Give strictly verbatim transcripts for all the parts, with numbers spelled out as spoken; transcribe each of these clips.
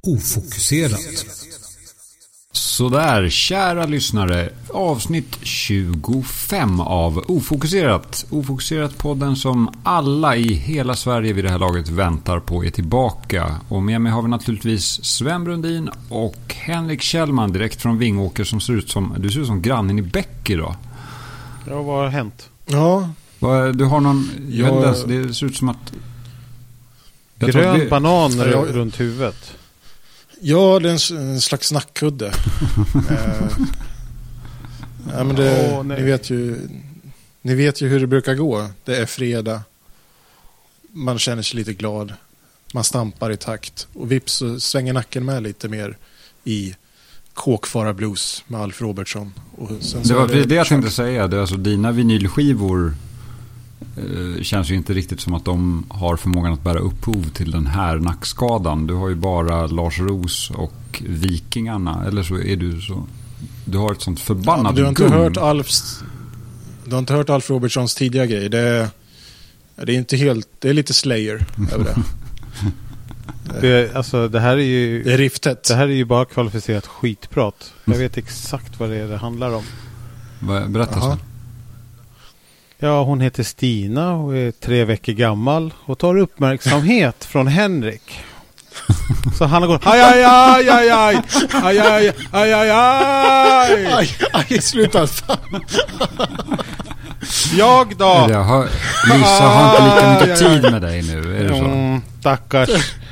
Ofokuserat. Så där, kära lyssnare, avsnitt tjugofem av Ofokuserat. Ofokuserat-podden som alla i hela Sverige vid det här laget väntar på är tillbaka. Och med mig har vi naturligtvis Sven Brundin och Henrik Kjellman direkt från Vingåker som ser ut som, du ser ut som grannen i Bäck idag. Ja, vad har hänt? Ja. Du har någon, jag jag... det ser ut som att... Grön vi... banan ja, jag... runt huvudet. Ja, det är en, en slags nackkudde. eh, ja, men det, oh, ni vet ju ni vet ju hur det brukar gå. Det är fredag. Man känner sig lite glad. Man stampar i takt. Och vips så svänger nacken med lite mer i Kåkfara Blues med Alf Robertson. Och sen det var det, det jag tänkte säga. Det är alltså dina vinylskivor eh, känns ju inte riktigt som att de har förmågan att bära upphov till den här nackskadan. Du har ju bara Lars Ros och Vikingarna. Eller så är du så... Du har ett sånt förbannat ja, du har inte gum. hört Alfs... Du har inte hört Alf Robertsons tidiga grej. Det är, det är inte helt... Det är lite Slayer över det. Det, alltså, det här är ju... Det är riftet. Det här är ju bara kvalificerat skitprat. Jag vet exakt vad det är det handlar om. Berätta så. Ja, hon heter Stina och är tre veckor gammal och tar uppmärksamhet från Henrik. Så han går aj aj aj aj aj aj aj aj aj aj aj aj sluta. Jag då. Jag har, Lisa har inte lika mycket tid med dig nu, är det så? Mm, tackars.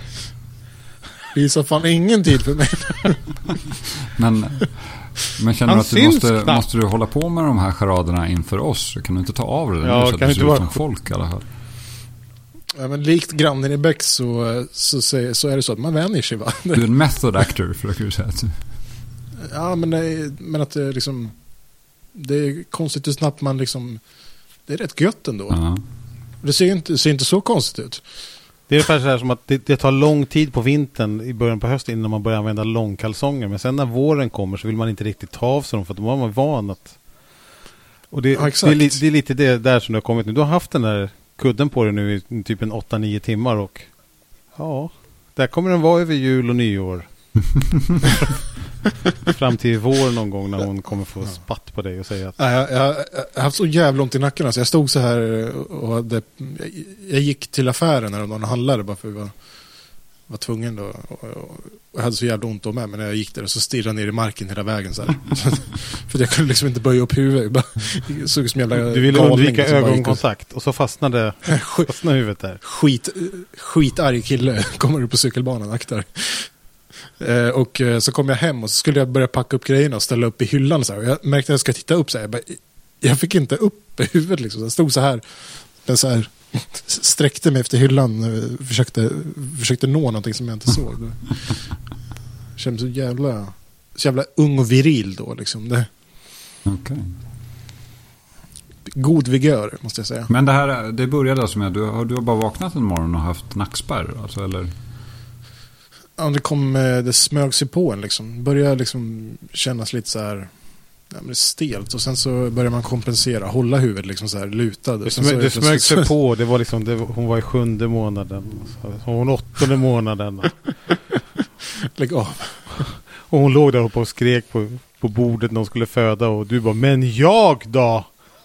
Lisa fan ingen tid för mig. Men men känner du att du måste, måste du hålla på med de här charaderna inför oss? Kan du inte ta av det? Ja, nu så kan att du inte ser ut som vara... folk i alla fall. Ja, men likt grannen i Bäck så, så, så, så är det så att man vänjer sig, va? Du är en method actor, försöker du säga. Ja, men, det, men att det liksom... Det är konstigt hur snabbt man liksom... Det är rätt gött ändå. Uh-huh. Det ser inte, ser inte så konstigt ut. Det är ungefär så här som att det, det tar lång tid på vintern i början på hösten innan man börjar använda långkalsonger. Men sen när våren kommer så vill man inte riktigt ta av sig dem för att då var man van att... Och det, ja, det, är, li, det är lite det där som du har kommit nu. Du har haft den där kudden på dig nu i typ en åtta nio timmar och ja, där kommer den vara över jul och nyår. Fram till vår någon gång när hon kommer få spatt på dig och säga att... Ja, jag, jag, jag har haft så jävla ont i nacken. Alltså. Jag stod så här och hade, jag, jag gick till affären när de handlade bara för att jag var, var tvungen då. Och, och, och jag hade så jävla ont då med, men när jag gick där och så stirrade ner i marken hela vägen så här. För jag kunde liksom inte böja upp huvudet. Bara, såg som jävla du ville undvika ögonkontakt och så fastnade, fastnade huvudet där. Skit, skitarg kille kommer upp på cykelbanan, aktar. Eh, och eh, så kom jag hem och så skulle jag börja packa upp grejerna och ställa upp i hyllan så här. Och jag märkte att jag ska titta upp så här. Jag, bara, jag fick inte upp huvudet liksom. Jag stod så här, den så här sträckte mig efter hyllan och försökte, försökte nå någonting som jag inte såg. Jag kände så jävla så jävla ung och viril då liksom. Det... Okay. God vigör måste jag säga. Men det här, det började alltså med, du har, du har bara vaknat en morgon och haft nackspärr alltså, eller? Ja, det kom, det smög sig på en liksom. Började liksom kännas lite så här, ja, men stelt och sen så börjar man kompensera, hålla huvudet liksom så här lutad. Det, smög, det smög sig på, det var liksom det, hon var i sjunde månaden. Hon var åttonde månaden. Lägg av. Och hon låg där och skrek på, på bordet när hon skulle föda och du bara, men jag då?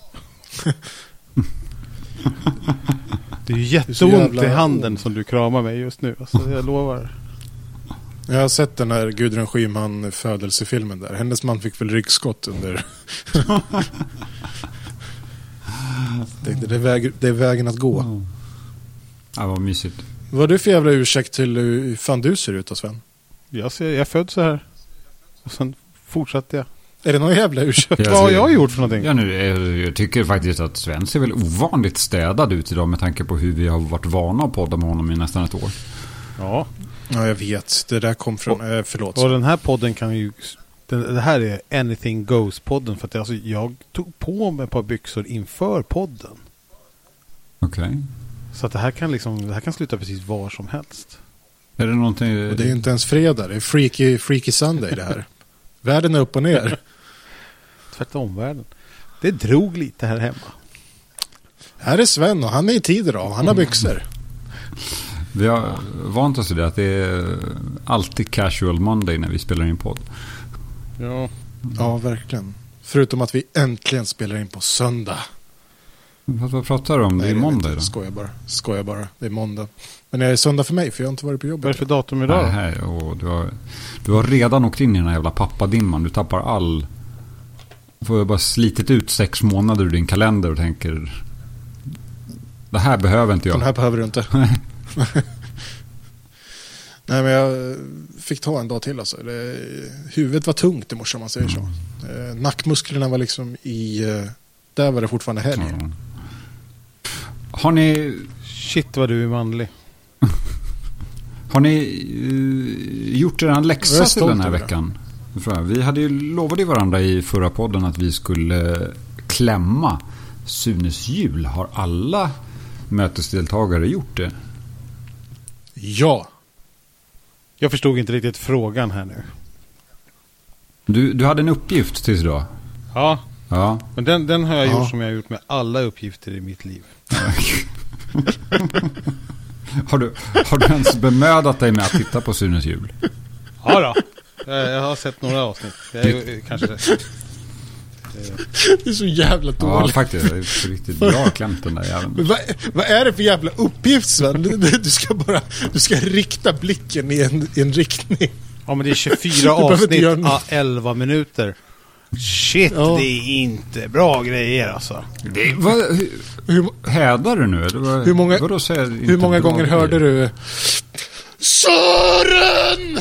Det är ju jätteont i handen som du kramar mig just nu. Alltså, jag lovar. Jag har sett den här Gudrun Schyman födelsefilmen där. Hennes man fick väl ryggskott under... Tänkte, det, är väg, det är vägen att gå. Mm. Ja, vad mysigt. Vad är du för jävla ursäkt till hur fan du ser ut då, Sven? Jag, ser, jag född så här. Och sen fortsatte jag. Är det någon jävla ursäkt? Vad har jag gjort för någonting? Ja, nu, jag tycker faktiskt att Sven ser väl ovanligt städad ut idag med tanke på hur vi har varit vana att podda med honom i nästan ett år. Ja. Ja, jag vet. Det där kom från... Och, förlåt. Och den här podden kan ju... Den, det här är Anything Goes-podden. För att alltså, jag tog på mig ett par byxor inför podden. Okej. Okay. Så att det här kan liksom... Det här kan sluta precis var som helst. Är det någonting... Och det är inte ens fredag. Det är freaky, freaky Sunday det här. Världen är upp och ner. Tvärtom världen. Det drog lite här hemma. Här är Sven och han är i tid idag. Han har byxor. Vi har vant oss till det, att det är alltid casual Monday när vi spelar in podd. Ja, ja verkligen. Förutom att vi äntligen spelar in på söndag. Vad, vad pratar du om? Nej, det är måndag idag. Skojar bara. Skojar bara. Det är måndag. Men det är söndag för mig, för jag har inte varit på jobbet. Vad är det för datum idag? Nej, och du, har, du har redan åkt in i den här jävla pappadimman. Du tappar all... Du får bara slitit ut sex månader ur din kalender och tänker... Det här behöver inte jag. Den här behöver du inte. Nej, men jag fick ta en dag till alltså. Det, huvudet var tungt i morse om man säger så. Mm. Nackmusklerna var liksom i... Där var det fortfarande helg. Mm. Har ni... Shit vad du är manlig. Har ni uh, gjort er en läxa till den här veckan? Vi hade ju lovat i varandra i förra podden att vi skulle klämma Sunes jul. Har alla mötesdeltagare gjort det? Ja. Jag förstod inte riktigt frågan här nu. Du, du hade en uppgift tills idag. Ja. Ja. Men den, den har jag ja. gjort som jag har gjort med alla uppgifter i mitt liv. har, du, har du ens bemödat dig med att titta på Sunes jul? Ja då. Jag har sett några avsnitt. Jag är, kanske det. Det är så jävla dåligt. Ja, faktiskt. Det är riktigt bra klämt den där jäveln. Men vad, vad är det för jävla uppgift, Sven? Du, du ska bara du ska rikta blicken i en, i en riktning. Ja, men det är tjugofyra avsnitt av elva minuter. Shit, ja. Det är inte bra grejer alltså. Det, vad, hur, hur, hädar du nu? Eller vad, hur många, vadå, säger hur många gånger grejer? Hörde du Sören?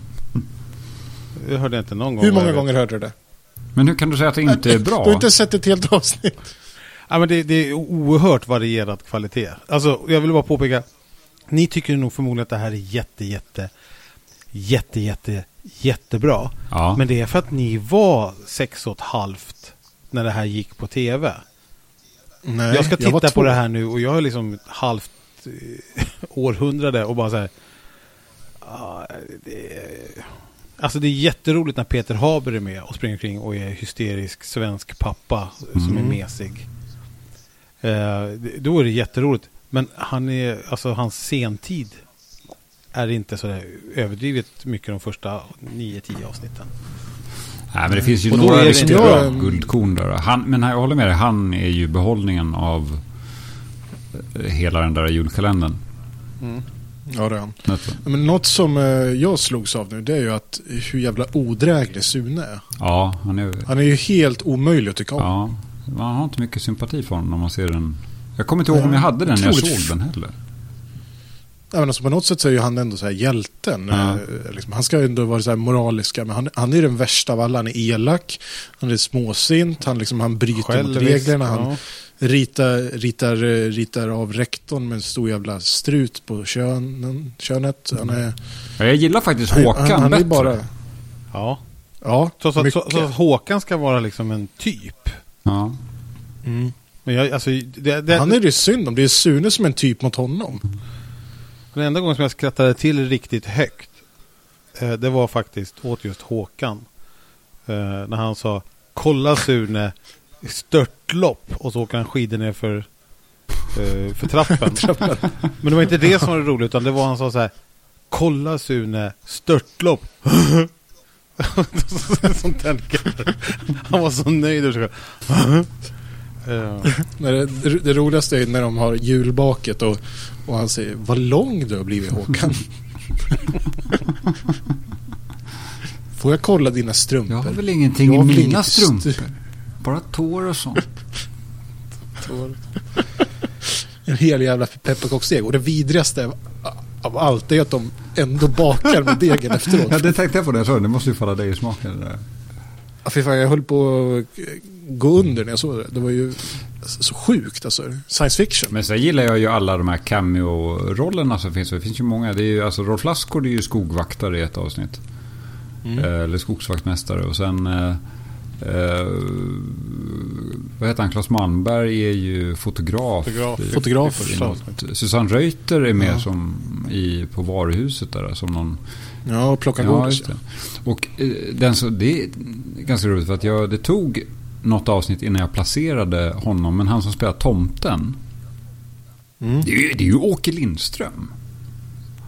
Jag hörde inte någon gång. Hur många gånger hörde du det? Men hur kan du säga att det inte är bra? Du har inte sett ett helt avsnitt. Ja, men det, det är oerhört varierad kvalitet. Alltså, jag vill bara påpeka. Ni tycker nog förmodligen att det här är jätte, jätte, jätte, jätte, jättebra. Ja. Men det är för att ni var sex och ett halvt när det här gick på tv. Nej, jag ska titta jag på det här nu och jag har liksom halvt eh, århundrade och bara så här. Ah, det är... Alltså det är jätteroligt när Peter Haber är med och springer kring och är hysterisk svensk pappa mm. som är mesig. Eh, då är det jätteroligt. Men han är, alltså hans sentid är inte så där överdrivet mycket de första nio tio avsnitten. Nej, men det finns ju några riktigt bra guldkorn där. Han, men jag håller med dig, han är ju behållningen av hela den där julkalendern. Mm. Ja, det är han. Men något som jag slogs av nu, det är ju att hur jävla odräglig Sune är. Ja, han är... Han är ju helt omöjlig att tycka om. Ja, man har inte mycket sympati för honom om man ser den. Jag kommer inte ihåg om jag hade den när jag såg den heller. Ja, men alltså på något sätt så är ju han ändå så här hjälten. Ja. Liksom, han ska ju ändå vara så här moraliska, men han, han är den värsta av alla. Han är elak, han är småsint, han, liksom, han bryter Självis, mot reglerna, han ja. ritar, ritar, ritar av rektorn med en stor jävla strut på könen, könet. Han är, ja, jag gillar faktiskt Håkan han, han bättre. Är bara, ja, ja så, så, så, så att Håkan ska vara liksom en typ. Ja. Mm. Men jag, alltså, det, det, han är det synd om. Det är Sune som är en typ mot honom. Den enda gången som jag skrattade till riktigt högt eh, det var faktiskt åt just Håkan. Eh, när han sa kolla Sune störtlopp och så åker han skidor ner för, eh, för trappen. trappen. Men det var inte det som var roligt utan det var han sa så här kolla Sune störtlopp. Sånt där. Han var så nöjd och så Uh. det, det roligaste är när de har julbaket och, och han säger vad lång du har blivit, Håkan. Får jag kolla dina strumpor? Jag har väl ingenting i mina strumpor st- bara tår och sånt. Tår. En hel jävla pepparkaksdeg. Och det vidrigaste av, av allt är att de ändå bakar med degen efteråt. Ja, det tänkte jag på det. Så det måste ju falla dig i smaken det där. Ja, för fan, jag höll på att gå under när jag såg det. Det var ju så sjukt, alltså. Science fiction. Men så gillar jag ju alla de här cameo-rollerna som finns. Det finns ju många. Det är ju, alltså, Rolf Lassgård är ju skogvaktare i ett avsnitt. Mm. Eller skogsvaktmästare. Och sen eh, eh, vad heter han? Claes Malmberg är ju fotograf. Fotograf. fotograf Susanne Reuter är med ja. som i, på varuhuset där. Som någon... Ja, och plocka ja, godis. Och eh, den så, det är ganska roligt för att jag, det tog något avsnitt innan jag placerade honom, men han som spelar tomten mm. det, är ju, det är ju Åke Lindström.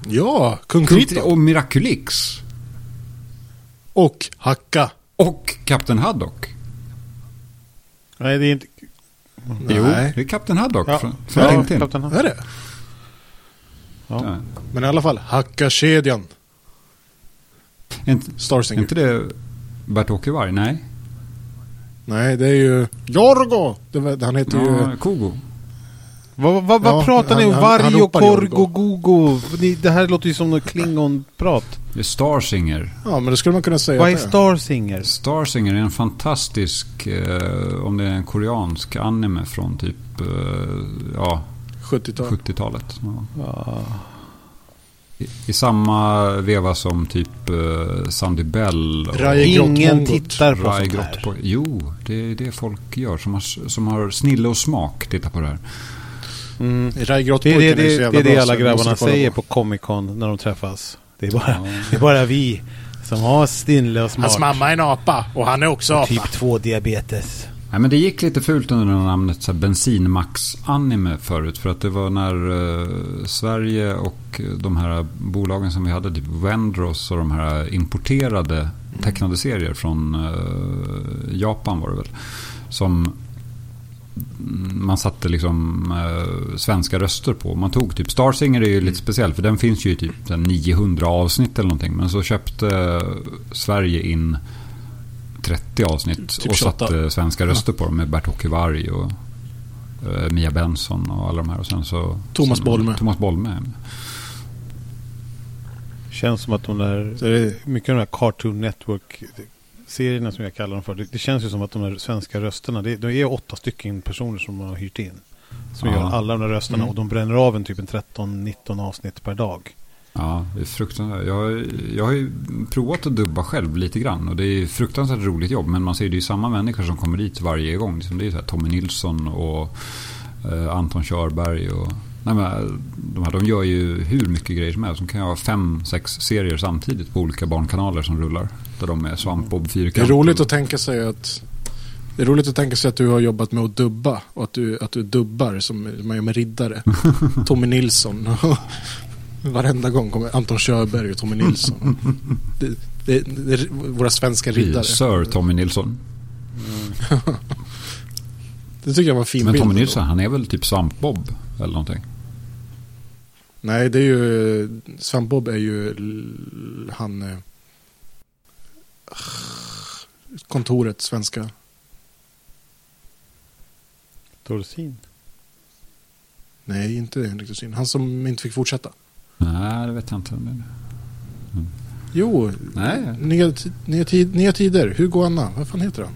Ja, Kung Krypton. Och Miraculix. Och Hacka. Och Kapten Haddock. Nej, det är inte... Jo, det är Kapten Haddock. Ja, från, ja, från Tintin. Kapten Haddock. Är det? Ja. Men i alla fall, Hacka-kedjan. Inte, Starsinger. inte det Bert-Åke Varg? Nej. Nej, det är ju Jorgo. Det var, han heter Ja, ju... Kogo. Vad, vad, vad Ja, pratar ni om? han- han- han Varg och ropar korg Jorgo. och gogo. Ni, det här låter ju som något klingon-prat. Det är Starsinger. Ja, men det skulle man kunna säga. Vad är att det Starsinger? Starsinger är en fantastisk, eh, om det är en koreansk anime från typ eh, ja, sjuttiotal. sjuttiotalet. Ja. Ja. I, I samma veva som typ eh, Sandy Bell. Och Rai Ingen Grottmongot. tittar på Rai sånt Grott här. på. Jo, det är det folk gör som har, som har snille och smak. Titta på det här. Mm. Rai Det är det, Grottpojken är, så det, jävla det, är det bra, alla så det måste grabbarna ni kolla säger på. på Comic Con när de träffas. Det är bara, Ja. det är bara vi som har snille och smart. Hans mamma är en apa och han är också apa. Typ två diabetes. Nej, men det gick lite fult under namnet så här, Bensinmax-anime förut. För att det var när eh, Sverige och de här bolagen som vi hade, typ Wendros och de här importerade tecknade serier från eh, Japan var det väl. Som man satte liksom eh, svenska röster på. Man tog typ Starsinger är ju lite speciell för den finns ju i typ niohundra avsnitt eller någonting. Men så köpte eh, Sverige in trettio avsnitt Typ och tjugoåtta. satte svenska röster på dem med Bert-Åke Varg och eh, Mia Benson och alla de här. Och sen så Thomas sen, Bolme. Thomas Bolme. Känns som att de där, Så det är, mycket av de här Cartoon Network-serierna som jag kallar dem för, det, det känns ju som att de där svenska rösterna, det, det är åtta stycken personer som har hyrt in. Som Ja. gör alla de där rösterna Mm. och de bränner av en typ en tretton nitton avsnitt per dag. Ja, det är fruktansvärt. Jag, har- jag har ju provat att dubba själv lite grann och det är fruktansvärt roligt jobb, men man ser det är ju samma människor som kommer dit varje gång. Liksom det är så här Tommy Nilsson och eh, Anton Körberg och nej, men, de här, de gör ju hur mycket grejer som helst. De kan ju ha fem, sex serier samtidigt på olika barnkanaler som rullar. Där de är Svampbob, det är Fyrkant. roligt att tänka sig att det är roligt att tänka sig att du har jobbat med att dubba och att du, att du dubbar som man gör med riddare. Tommy Nilsson. Varenda gång kommer Anton Körberg och Tommy Nilsson. Det, det, det är våra svenska riddare. Sir Tommy Nilsson. Det tycker jag var en fin Men bild. Tommy Nilsson, han är väl typ Svampbob eller någonting. Nej, det är ju Svampbob är ju l- han eh, kontoret svenska. Dorsin. Nej, inte Henrik Dorsin. Han som inte fick fortsätta. Nej, det vet jag inte. Jo, Nej. nya, ti- nya, tid, nya tider. Hugo Anna. Vad fan heter han?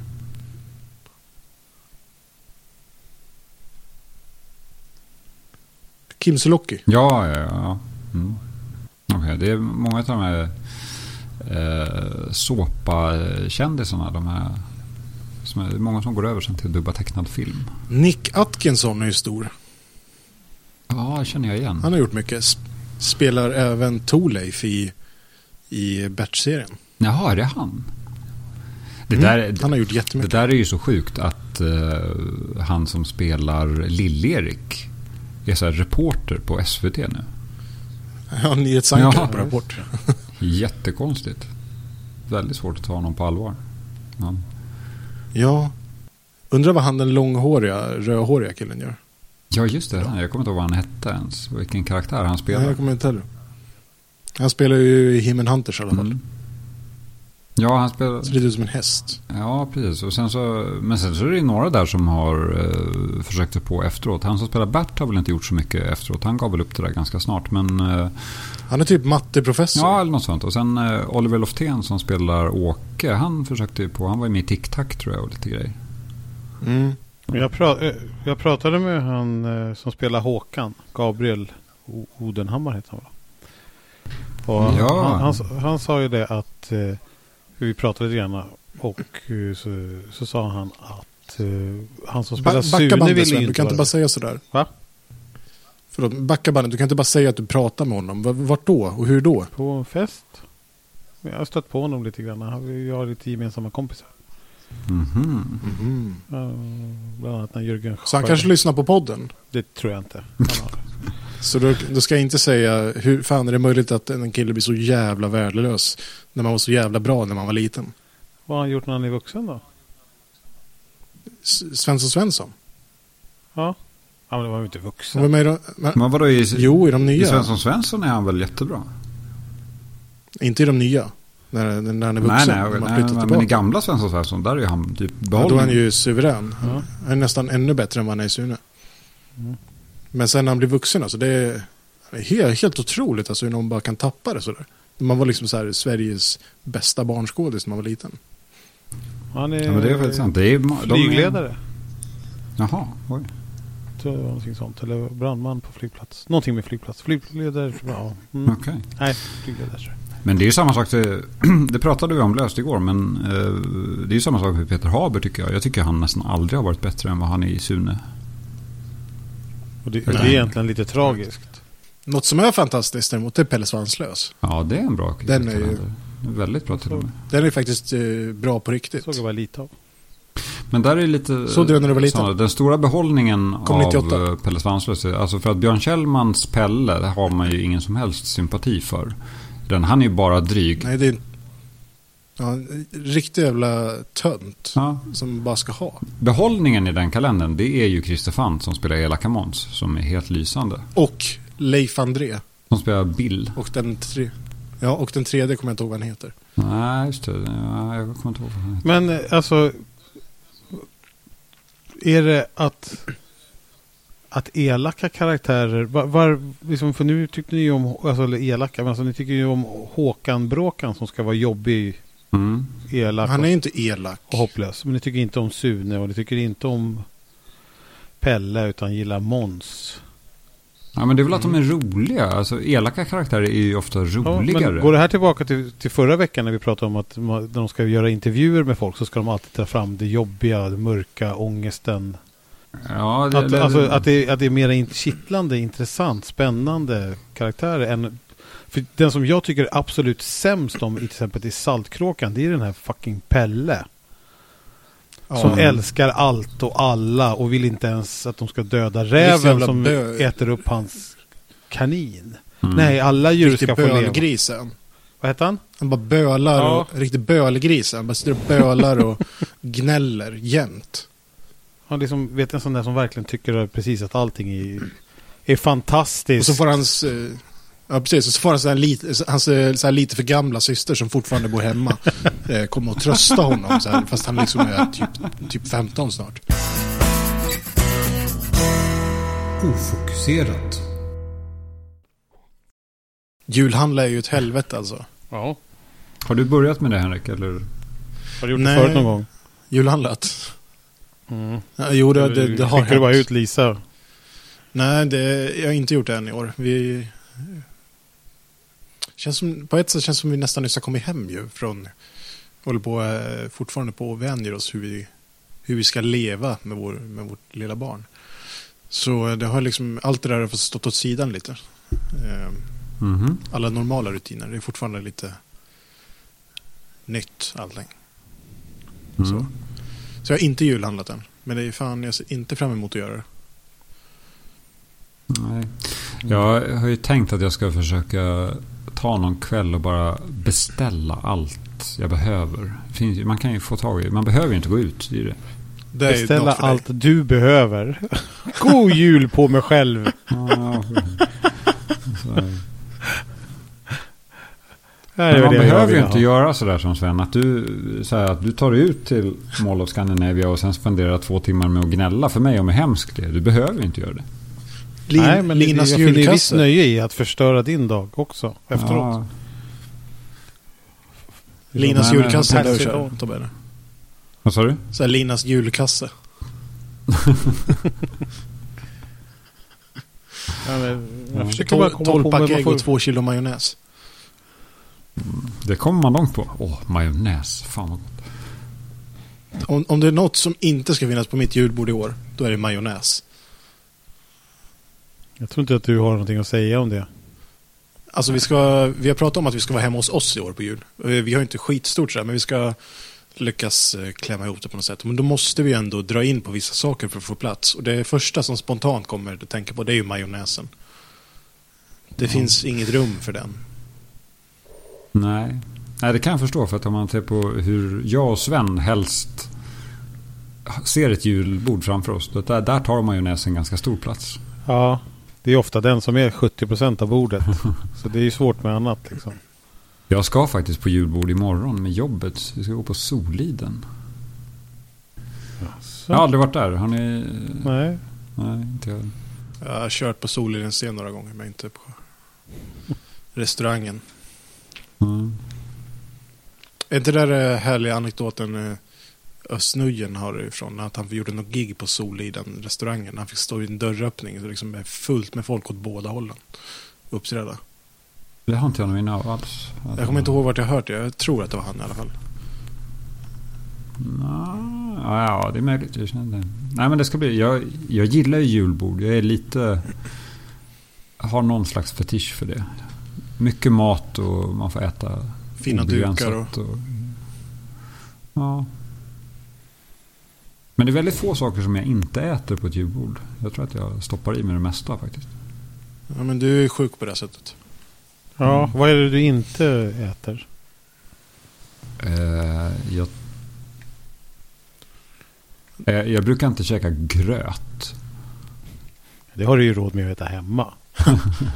Kim Sulocki. Ja, ja, ja. Mm. Okej, det är många av de här eh, såpa-kändisarna. De här, som är, det är många som går över sen till att dubba tecknad film. Nick Atkinson är ju stor. Ja, känner jag igen. Han har gjort mycket. Sp- Spelar även Thorleif i, i Bert-serien. Jaha, är det han? Det, Mm, där, han har gjort det jättemycket. där är ju så sjukt att eh, han som spelar Lill-Erik är så här reporter på S V T nu. Ja, nyhetsankare Ja. på Rapport. Jättekonstigt. Väldigt svårt att ta honom på allvar. Ja. Ja. Undrar vad han den långhåriga, rödhåriga killen gör. Ja, just det. Jag kommer inte ihåg vad han hette ens. Vilken karaktär han Nej, spelar. jag kommer inte heller. Han spelar ju i He-Man Hunters i alla fall. Mm. Ja, han spelar... Ser lite ut som en häst. Ja, precis. Och sen så... Men sen så är det några där som har eh, försökt sig på efteråt. Han som spelar Bert har väl inte gjort så mycket efteråt. Han gav väl upp det där ganska snart. Men... Eh, Han är typ matteprofessor. ja, eller något sånt. Och sen eh, Oliver Loftén som spelar Åke. Han försökte ju på... Han var ju med i Tic-Tac tror jag och lite grejer. Mm. Jag, pra- jag pratade med han eh, som spelar Håkan. Gabriel O- Odenhammar heter han va? Och Ja. han, han, han sa ju det att eh, vi pratade lite grann och eh, så, så sa han att eh, han som spelar Ba- Sune backa bandet ville Sven, ju du inte kan inte vara bara säga sådär. Va? Förlåt, backa bandet, du kan inte bara säga att du pratar med honom. V- Vart då och hur då? på en fest. Jag har stött på honom lite grann. Vi har lite gemensamma kompisar. Mhm. Mhm. Uh, bland annat när Jörgen Så han Sjöberg- kanske lyssnar på podden? Det tror jag inte. Han har, Så då, då ska jag inte säga hur fan är det möjligt att en kille blir så jävla värdelös när man var så jävla bra när man var liten. Vad har han gjort när han är vuxen då? S- Svensson Svensson. Ja. Ja, men det var ju inte vuxen. Var med i de, men, Men vadå, i, jo, i de nya. I Svensson Svensson är han väl jättebra? Inte i de nya. När, när han är vuxen. Nej, nej, när man nej flyttar men tillbaka. i gamla Svensson Svensson, där är han typ Ja, behållning. då är han ju suverän. Ja. Han är nästan ännu bättre än vad han är i Sune. Mm. Men sen när han blir vuxen, alltså det är, det är helt, helt otroligt alltså, hur någon bara kan tappa det sådär. Man var liksom så här Sveriges bästa barnskådis när man var liten. Han är, Ja, men det är faktiskt sant. Det är, de flygledare. Är... Jaha, oj. Tror jag, någonting sånt. Eller brandman på flygplats. Någonting med flygplats. Flygledare, ja. Mm. Okej. Okay. Nej, flygledare. Men det är ju samma sak, det, det pratade vi om löst igår, men eh, det är ju samma sak med Peter Haber tycker jag. Jag tycker han nästan aldrig har varit bättre än vad han är i Sune. Och det, det är egentligen lite tragiskt. Något som är fantastiskt däremot, det är Pelle Svanslös. Ja, det är en bra. Den är ju väldigt bra till och med. Den är faktiskt eh, bra på riktigt. Såg jag bara lite av. Men där är lite... Så du när du var liten? Så, den stora behållningen Kom av nittioåtta. Pelle Svanslös, alltså för att Björn Kjellmans Pelle har man ju ingen som helst sympati för. Den, han är ju bara dryg. Nej, det är ja, en riktigt jävla tönt Ja. som bara ska ha. Behållningen i den kalendern, det är ju Christer Fant som spelar Elaka Måns, som är helt lysande. Och Leif André. Som spelar Bill. Och den, tre... ja, och den tredje kommer jag inte ihåg vad han heter. Nej, just det. Ja, jag kommer inte ihåg vad han heter. Men alltså, är det att att elaka karaktärer var, var liksom, för nu tyckte ni ju om alltså, eller elaka, men alltså, ni tycker ju om Håkan Bråkan som ska vara jobbig, Mm. elak Han är inte elak. och hopplös. Men ni tycker inte om Sune och ni tycker inte om Pelle utan gillar Måns. Ja, men det är väl att de är roliga. Alltså, elaka karaktärer är ju ofta roligare. Ja, men går det här tillbaka till, till förra veckan när vi pratade om att man, när de ska göra intervjuer med folk så ska de alltid ta fram det jobbiga, det mörka, ångesten. Ja, det, Att, det, alltså, att, det, att det är mer in, kittlande, intressant, spännande karaktärer än... För den som jag tycker är absolut sämst om i till exempel i Saltkråkan, det är den här fucking Pelle. Ja. Som älskar allt och alla och vill inte ens att de ska döda räven som bö- äter upp hans kanin. Mm. Nej, alla djur Riktigt ska få leva. bölgrisen. Vad heter han? Han bara bölar Ja. och riktigt bölgris. Han bara sitter och bölar och gnäller jämt. Han liksom, vet en sån där som verkligen tycker precis att allting är, är fantastiskt. Och så får hans eh, ja precis, och så får han så här lite, hans eh, så här lite för gamla syster som fortfarande bor hemma eh, komma och trösta honom så här, fast han liksom är typ, typ femton snart. Ofokuserat. Julhandla är ju ett helvete alltså. Ja. Har du börjat med det, Henrik? Eller? Har du gjort Nej. det förut någon gång? Julhandlat. Mm. Ja, jo, det, det, det har Skickar du bara hänt. ut Lisa? Nej, det, jag har inte gjort det än i år. Vi känns som, på ett sätt känns det som vi nästan nyss har kommit hem ju från, håller på eh, fortfarande på och vänjer oss hur vi, hur vi ska leva med, vår, med vårt lilla barn. Så det har liksom, allt det där har fått stått åt sidan lite. Eh, Mm-hmm. alla normala rutiner, det är fortfarande lite nytt allting. Mm. Så. Så jag har inte julhandlat än. Men det är fan, jag ser inte fram emot att göra det. Nej. Jag har ju tänkt att jag ska försöka ta någon kväll och bara beställa allt jag behöver. Finns, man kan ju få tag i, man behöver ju inte gå ut i det. Det är Beställa något för dig. allt du behöver. God jul på mig själv. Ja, så. Nej, Men man det är det jag behöver vill ju ha. inte göra sådär som Sven. Att du, så här, att du tar dig ut till Mall of Scandinavia och sen spenderar två timmar med att gnälla. För mig om är hemskt det. Du behöver ju inte göra det. Lin, Nej, men Linas jag finner ju visst julkasse. nöje i att förstöra din dag också efteråt. Ja. Linas Nej, men- julkasse där du kör, Persilon. Tobbe. Vad sa du? Så här, Linas julkasse. Ja, men jag Ja. försöker bara Tol- komma Tolv på pack men man ägg får- och två kilo majonnäs. Det kommer man långt på. Åh, majonnäs. Fan vad gott. Om, om det är något som inte ska finnas på mitt julbord i år, då är det majonnäs. Jag tror inte att du har någonting att säga om det. Alltså vi ska, vi har pratat om att vi ska vara hemma hos oss i år på jul. Vi har inte skitstort så här, men vi ska lyckas eh, klämma ihop det på något sätt. Men då måste vi ändå dra in på vissa saker för att få plats. Och det första som spontant kommer att tänka på, det är ju majonnäsen. Det ja. finns inget rum för den. Nej. Nej, det kan jag förstå, för att om man ser på hur jag och Sven helst ser ett julbord framför oss, där, där tar majonnäsen ganska stor plats. Ja, det är ofta den som är sjuttio procent av bordet. Så det är ju svårt med annat liksom. Jag ska faktiskt på julbord imorgon med jobbet. Vi ska gå på Soliden. Jaså. Jag har aldrig varit där. Har ni... Nej. Nej, inte jag. Jag har kört på Soliden scen några gånger, men inte på restaurangen. Mm. Är inte det där härliga anekdoten Östnujen har ifrån, att han gjorde något gig på Soliden restaurangen. Han fick stå i en dörröppning så liksom är fullt med folk åt båda hållen uppträda. Det har inte jag någon minne av alls. Jag kommer inte ihåg vart jag hört det. Jag tror att det var han i alla fall. Nå, ja, det är möjligt. Jag känner det. Nej, men det ska bli... Jag, jag gillar ju julbord. Jag är lite... har någon slags fetisch för det. Mycket mat och man får äta fina dukar och... och... Ja. Men det är väldigt få saker som jag inte äter på ett julbord. Jag tror att jag stoppar i mig det mesta faktiskt. Ja, men du är sjuk på det sättet. Ja, mm. Vad är det du inte äter? Uh, jag, uh, jag brukar inte käka gröt. Det har du ju råd med att äta hemma. Ja.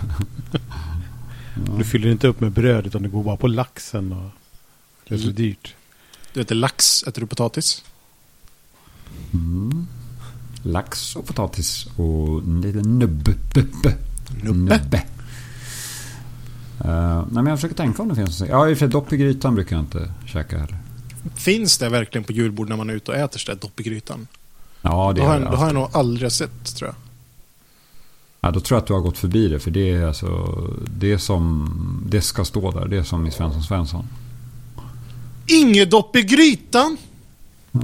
Du fyller inte upp med bröd, utan du går bara på laxen. Och det är så dyrt. Du äter lax, äter du potatis? Mm. Lax och potatis och en liten nubbe. Nubbe? Nubbe. Uh, nej, men jag försöker tänka om det finns. Ja, i och för sig dopp i grytan brukar jag inte käka heller. Finns det verkligen på julbord när man är ute och äter så där dopp i grytan? Ja, det då har, jag, jag, då har jag nog aldrig sett, tror jag. Ja, då tror jag att du har gått förbi det, för det är alltså det som det ska stå där, det är som i Svensson Svensson. Inget dopp i grytan? Ja.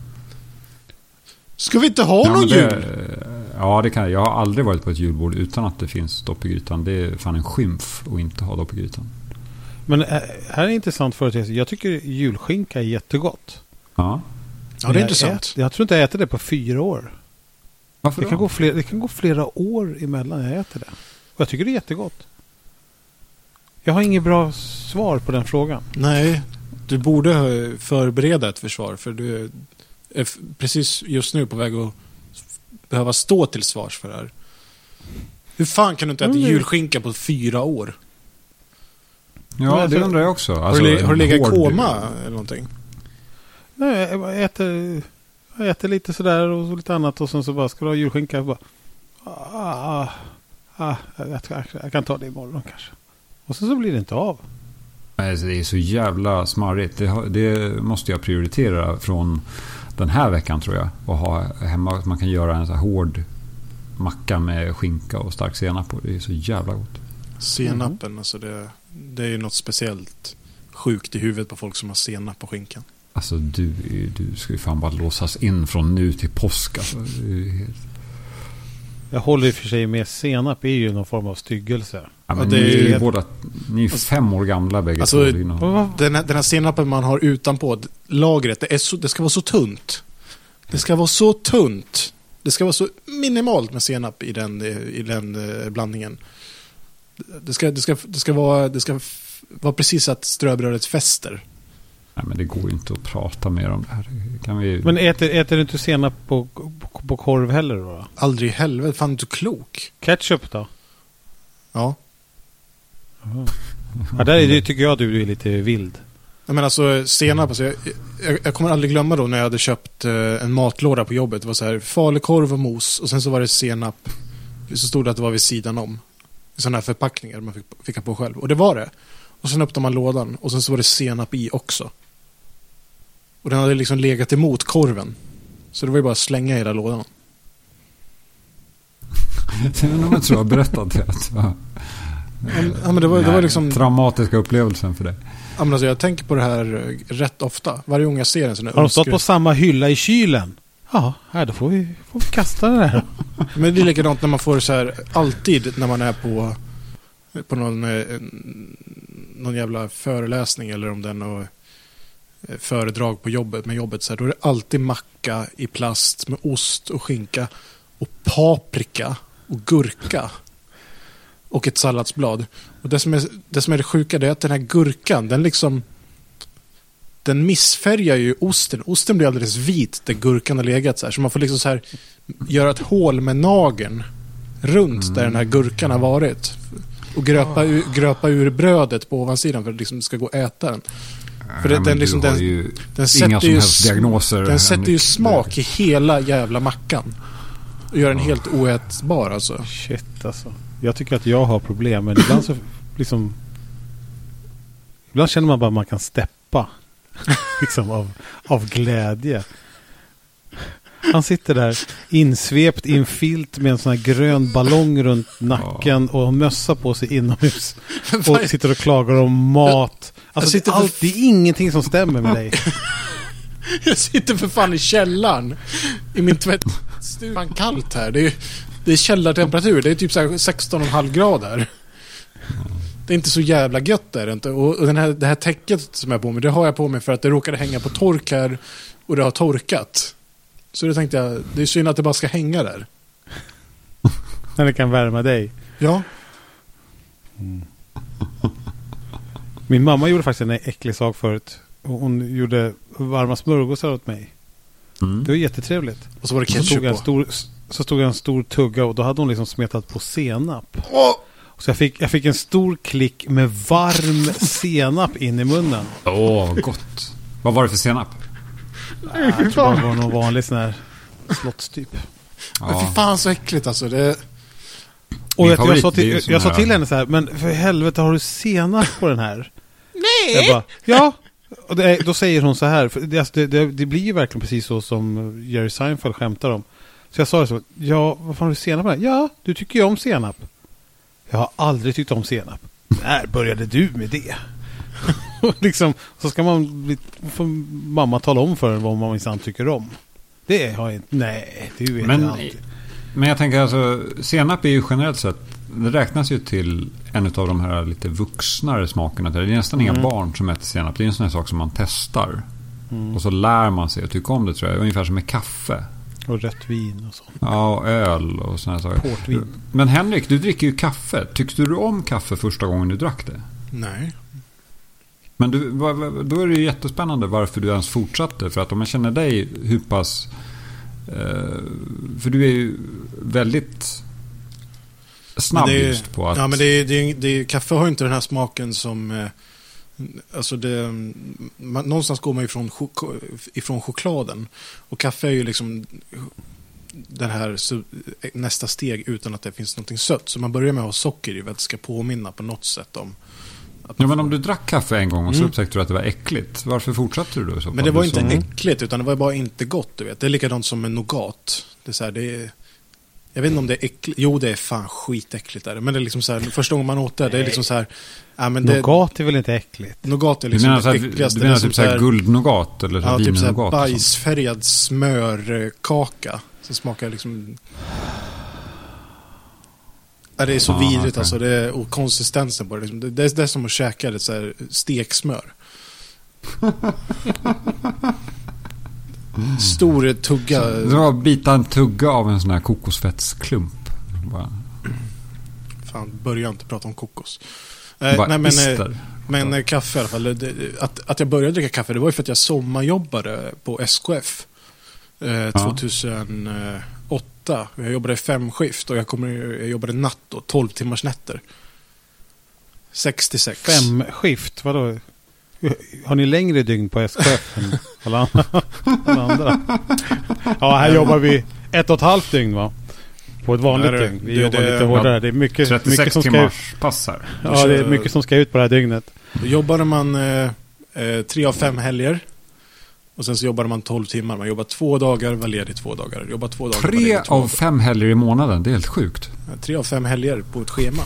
Ska vi inte ha ja, någon det, jul? Ja, det kan jag. Jag har aldrig varit på ett julbord utan att det finns dopp i grytan. Det är fan en skymf att inte ha dopp i grytan. Men här är intressant företeelse. Jag tycker julskinka är jättegott. Ja. Ja, det är intressant. Ät, jag tror inte jag äter det på fyra år. Varför det kan, gå flera, det kan gå flera år emellan jag äter det. Och jag tycker det är jättegott. Jag har inget bra svar på den frågan. Nej, du borde förbereda ett försvar. För du är precis just nu på väg att behöva stå till svars för det här. Hur fan kan du inte äta mm. julskinka på fyra år? Ja, alltså, det undrar jag också. Alltså, har du, har du legat i koma eller någonting? Nej, jag äter, jag äter lite sådär och så lite annat. Och sen så bara, ska du ha julskinka? Jag bara, ah, ah, jag, jag, jag kan ta det imorgon kanske. Och sen så blir det inte av. Alltså, det är så jävla smarrigt. Det, det måste jag prioritera från den här veckan, tror jag. Och ha hemma, man kan göra en så här hård macka med skinka och stark senap på. Det är så jävla gott. Senapen, mm. alltså det, det är ju något speciellt sjukt i huvudet på folk som har senap på skinkan. Alltså du, du ska ju fan bara låsas in från nu till påsk. Alltså, helt... Jag håller i och för sig med, senap är ju någon form av styggelse. Ja, men det är ju båda, ni är alltså, fem år gamla bägge. Alltså, den, här, den här senapen man har utanpå lagret, det, är så, det ska vara så tunt. Det ska vara så tunt. Det ska vara så minimalt med senap i den, i den uh, blandningen. Det ska, det ska, det ska, vara, det ska f- vara precis att ströbrödet fäster. Nej, men det går ju inte att prata mer om det här. Kan vi... Men äter, äter du inte senap på, på, på korv heller då? Aldrig i helvete, fan är du klok? Ketchup då? Ja. Ja, där är det, tycker jag att du är lite vild. Jag menar alltså senap, alltså, jag, jag, jag kommer aldrig glömma då när jag hade köpt eh, en matlåda på jobbet. Det var så här falukorv och mos och sen så var det senap. Så stod det att det var vid sidan om. Sådana här förpackningar man fick, fick på själv. Och det var det. Och sen öppnade man lådan och sen så var det senap i också. Och den hade liksom legat emot korven. Så det var ju bara att slänga hela lådan. Sen om jag tror jag berättat det. Ja, ja, men det var, det var liksom... traumatiska upplevelsen för dig. Ja, men alltså, jag tänker på det här rätt ofta. Varje gång jag ser en sån här... Har de stått på samma hylla i kylen? Ja, här, då får vi, får vi kasta det där. Men det är likadant när man får så här... Alltid när man är på... På någon... Någon jävla föreläsning eller om den och föredrag på jobbet med jobbet så här, då är det alltid macka i plast med ost och skinka och paprika och gurka. och ett salladsblad. Och det som är det, som är det sjuka det är att den här gurkan, den liksom den missfärgar ju osten. Osten blir alldeles vit där gurkan har legat så här. Så man får liksom så här göra ett hål med nageln runt mm. där den här gurkan har varit. Och gröpa, ur, gröpa ur brödet på ovansidan för att liksom ska gå att äta den. För ja, det, den, liksom, den, ju den sätter ju, diagnoser. Den sätter ju smak i hela jävla mackan. Och gör den oh. helt oätbar alltså. Shit alltså. Jag tycker att jag har problem. Men ibland så liksom ibland känner man bara att man kan steppa. liksom av, av glädje. Han sitter där insvept i en filt med en sån här grön ballong runt nacken och mössa på sig inomhus. Och sitter och klagar om mat. Alltså det, allt, det är ingenting som stämmer med dig. Jag sitter för fan i källaren. I min tvättstuga. Fan kallt här. Det är, det är källartemperatur. Det är typ så här sexton komma fem grader. Det är inte så jävla gött där inte. Och, och den här, det här täcket som jag har på mig, det har jag på mig för att det råkade hänga på tork här. Och det har torkat. Så då tänkte jag, det är synd att det bara ska hänga där. När det kan värma dig. Ja. Mm. Min mamma gjorde faktiskt en äcklig sak förut. Hon gjorde varma smörgåsar åt mig. Mm. Det var jättetrevligt. Och så var det ketchup så stod, en på. stor, så stod en stor tugga och då hade hon liksom smetat på senap. Oh! Så jag fick, jag fick en stor klick med varm senap in i munnen. Åh, oh, gott. Vad var det för senap? Jag tror det var någon vanlig sån här slottstyp. Ja. Men fy fan så äckligt alltså. Det... Och jag, jag, sa till, jag, jag sa till henne så här, men för helvete har du senap på den här? Nej! Jag bara, ja. Och det, då säger hon så här, för det, det, det blir ju verkligen precis så som Jerry Seinfeld skämtar om. Så jag sa så, ja, vad fan har du senap på den? Ja, du tycker ju om senap. Jag har aldrig tyckt om senap. När började du med det? liksom, så ska man bli, får mamma tala om för en vad man minsann tycker om. Det har jag inte, nej, det vet men, jag alltid. Men jag tänker alltså, senap är ju generellt sett, det räknas ju till en av de här lite vuxnare smakerna. Det är nästan mm. inga barn som äter senap. Det är en sån här sak som man testar. Mm. Och så lär man sig att tycka om det, tror jag. Ungefär som med kaffe. Och rött vin och sånt. Ja, och öl och såna här saker. Portvin. Men Henrik, du dricker ju kaffe. Tyckte du om kaffe första gången du drack det? Nej. Men du, då är det ju jättespännande varför du ens fortsatte. För att om jag känner dig hur pass... Eh, för du är ju väldigt snabb är, just på att... Ja, men det är, det är, det är, kaffe har ju inte den här smaken som... Eh, alltså det... Man, någonstans går man ifrån, chok, ifrån chokladen. Och kaffe är ju liksom... Den här nästa steg utan att det finns någonting sött. Så man börjar med att ha socker i för att det ska påminna på något sätt om... Ja, men om du drack kaffe en gång och så mm. upptäckte du att det var äckligt, varför fortsatte du då? Så men det var inte så... äckligt, utan det var bara inte gott, du vet. Det är likadant som med nougat. Det är så här, det är... Jag vet inte om det är äckligt. Jo, det är fan skitäckligt där. Men det är liksom så här, första gången man åt det, det är liksom så här... Ja, men det... Nougat är väl inte äckligt? Nougat är liksom det äckligaste. Du menar typ så här guldnougat eller så ja, typ så här nougat, bajsfärgad smörkaka som smakar liksom... Ja, det är så ah, vidrigt okay. Alltså, det är, och konsistensen på det, liksom, det, det, är, det är som att käka ett så här steksmör. Stor tugga. Så, det var bita en tugga av en sån här kokosfettsklump. Bara. Fan, börja inte prata om kokos. Eh, nej, men, eh, men eh, kaffe i alla fall. Det, att, att jag började dricka kaffe, det var ju för att jag sommarjobbade på S K F eh, tjugohundraåtta. Jag jobbade fem skift och jag, kommer, jag jobbade natt då, tolv timmars nätter. sextiosex. Fem skift, vadå? Har ni längre dygn på S K F än alla andra? Ja, här jobbar vi ett och ett halvt dygn, va? På ett vanligt det, dygn. Vi det, jobbar det, lite hårdare. Det är mycket, mycket som ska ut. Passar. Ja, det är mycket som ska ut på det här dygnet. Då jobbade man eh, tre av fem helger. Och sen så jobbade man tolv timmar. Man jobbar två dagar, var ledig två dagar. Jobbar två dagar. Tre av dagar. fem helger i månaden, det är helt sjukt. Ja, tre av fem helger på ett schema.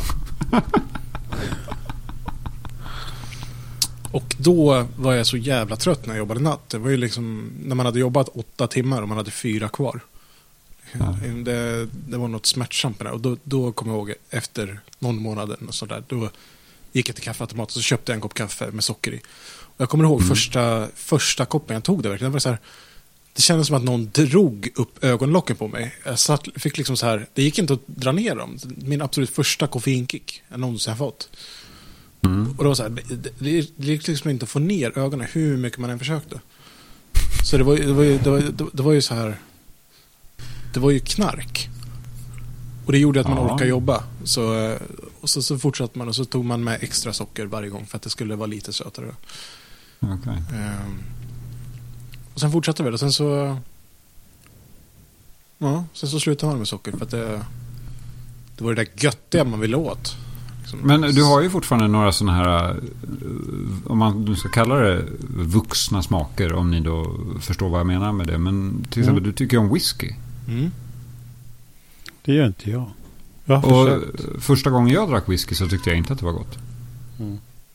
Och då var jag så jävla trött när jag jobbade natt. Det var ju liksom när man hade jobbat åtta timmar och man hade fyra kvar. Ja. Det, det var något smärtsamt med det. Och då, då kom jag ihåg efter någon månad och så där, då gick jag till kaffeautomaten och så köpte jag en kopp kaffe med socker i. Och jag kommer ihåg mm. första, första koppen jag tog det verkligen. Det var så här, det kändes som att någon drog upp ögonlocken på mig. Jag satt, fick liksom så här, det gick inte att dra ner dem. Min absolut första koffeinkick jag någonsin har fått. Mm. Och det var så här, det, det, det gick liksom inte att få ner ögonen hur mycket man än försökte. Så det var, det var, ju, det var, det, det var ju så här, det var ju knark. Och det gjorde att man ja. orkade jobba. Så, och så, så fortsatte man och så tog man med extra socker varje gång för att det skulle vara lite sötare. Okay. Um, och sen fortsatte vi och sen så ja, sen så slutade man med socker för att det, det var det där göttiga man ville åt. Liksom. Men du har ju fortfarande några sådana här, om man nu ska kalla det vuxna smaker, om ni då förstår vad jag menar med det. Men till exempel, mm. du tycker om whisky. Mm. Det gör inte jag. jag och första gången jag drack whisky så tyckte jag inte att det var gott. Mm.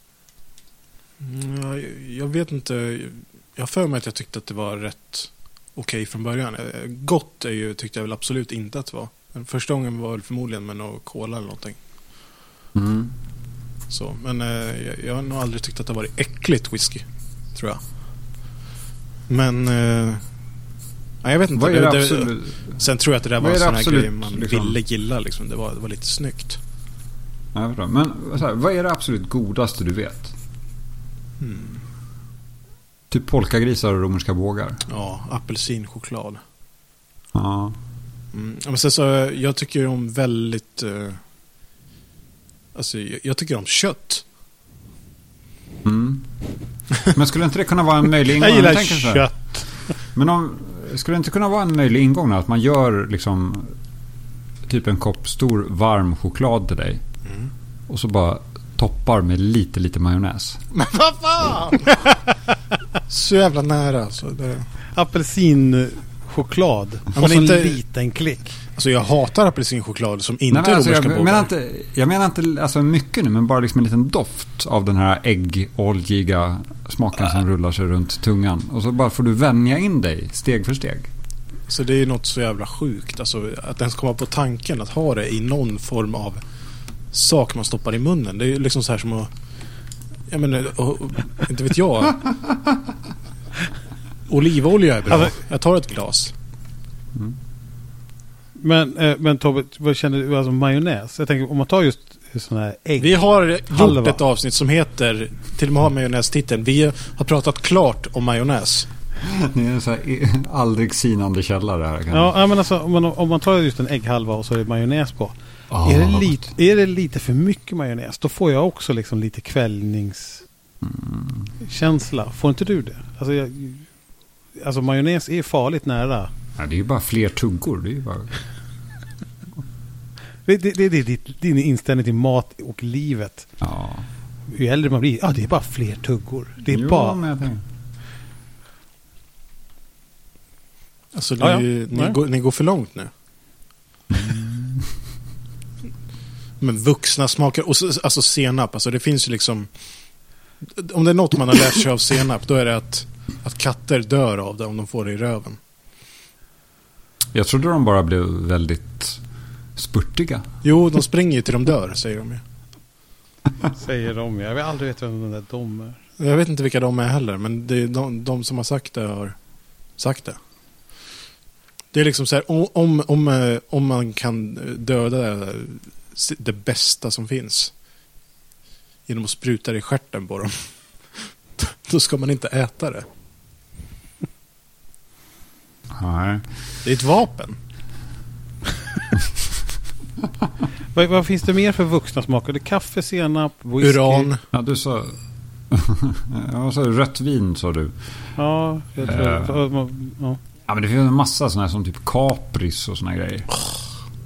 Jag, jag vet inte. Jag har för mig att jag tyckte att det var rätt okej okay från början. Gott är ju, tyckte jag väl absolut inte att det var. Den första gången var väl förmodligen med någon cola eller någonting. Mm. Så, men eh, jag, jag har nog aldrig tyckt att det var äckligt whisky, tror jag. Men eh, nej, jag vet inte. Det, det, absolut, sen tror jag att det där var en sån här grej man liksom ville gilla. Liksom. Det, var, det var lite snyggt. Ja, men så här, vad är det absolut godaste du vet? Hmm. Typ polkagrisar och romerska bågar. Ja, apelsinchoklad. Ja. Mm. Men sen så, jag tycker om väldigt uh, alltså, jag, jag tycker om kött. Mm. Men skulle inte det kunna vara en möjlig ingång? Jag gillar jag kött. Men om, skulle det inte kunna vara en möjlig ingång att man gör liksom typ en kopp stor varm choklad till dig mm. och så bara toppar med lite, lite majonnäs. Men vad fan? Så jävla nära alltså. Det... Apelsinchoklad. Ja, och så inte... en liten klick. Alltså jag hatar apelsinchoklad som inte Nej, alltså, romerska jag, bågar. menar inte, jag menar inte alltså mycket nu, men bara liksom en liten doft av den här äggoljiga smaken äh. som rullar sig runt tungan. Och så bara får du vänja in dig steg för steg. Så det är ju något så jävla sjukt. Alltså att ens komma på tanken att ha det i någon form av sak man stoppar i munnen. Det är ju liksom så här som att jag menar, och, och, inte vet jag. Olivolja är bra. Alltså, jag tar ett glas. Mm. Men, eh, men Tobbe, vad känner du? Alltså majonnäs? Jag tänker, om man tar just sån här ägg. Vi har gjort halva. ett avsnitt som heter, till och med har majonnästiteln. Vi har pratat klart om majonnäs. Det är en så här aldrig sinande källare här. Ja, ja, men alltså om man, om man tar just en ägghalva och så är det majonnäs på. Oh, är, det lite, är det lite för mycket majonnäs, då får jag också liksom lite kvällningskänsla. Mm. Får inte du det? Alltså, jag, alltså majonnäs är farligt nära. Ja, det är ju bara fler tuggor. Det är ju bara... det, det, det, det, det, din inställning till mat och livet. Ja. Ju äldre man blir, ja, det är bara fler tuggor. Det är jo, bara... Men jag tänker... Alltså, ja, ni, ja. Ni, går, ni går för långt nu. Mm. Men vuxna smaker och så, alltså senap, alltså det finns ju liksom, om det är något man har lärt sig av senap, då är det att, att katter dör av det om de får det i röven. Jag trodde de bara blev väldigt spurtiga. Jo, de springer ju till de dör, säger de ju. Säger de, jag vet aldrig vet vem de där de är. Jag vet inte vilka de är heller, men det är de, de som har sagt det har sagt det. Det är liksom så här, om, om, om man kan döda det bästa som finns genom att spruta det i stjärten på dem, då ska man inte äta det. Nej. Det är ett vapen. vad, vad finns det mer för vuxna smaker? Det är kaffe, senap, whisky. Uran. Ja, du sa ja, så rött vin, sa du. Ja, jag tror uh. ja. Ja, men det finns en massa sådana här som typ kapris och såna grejer. Oh.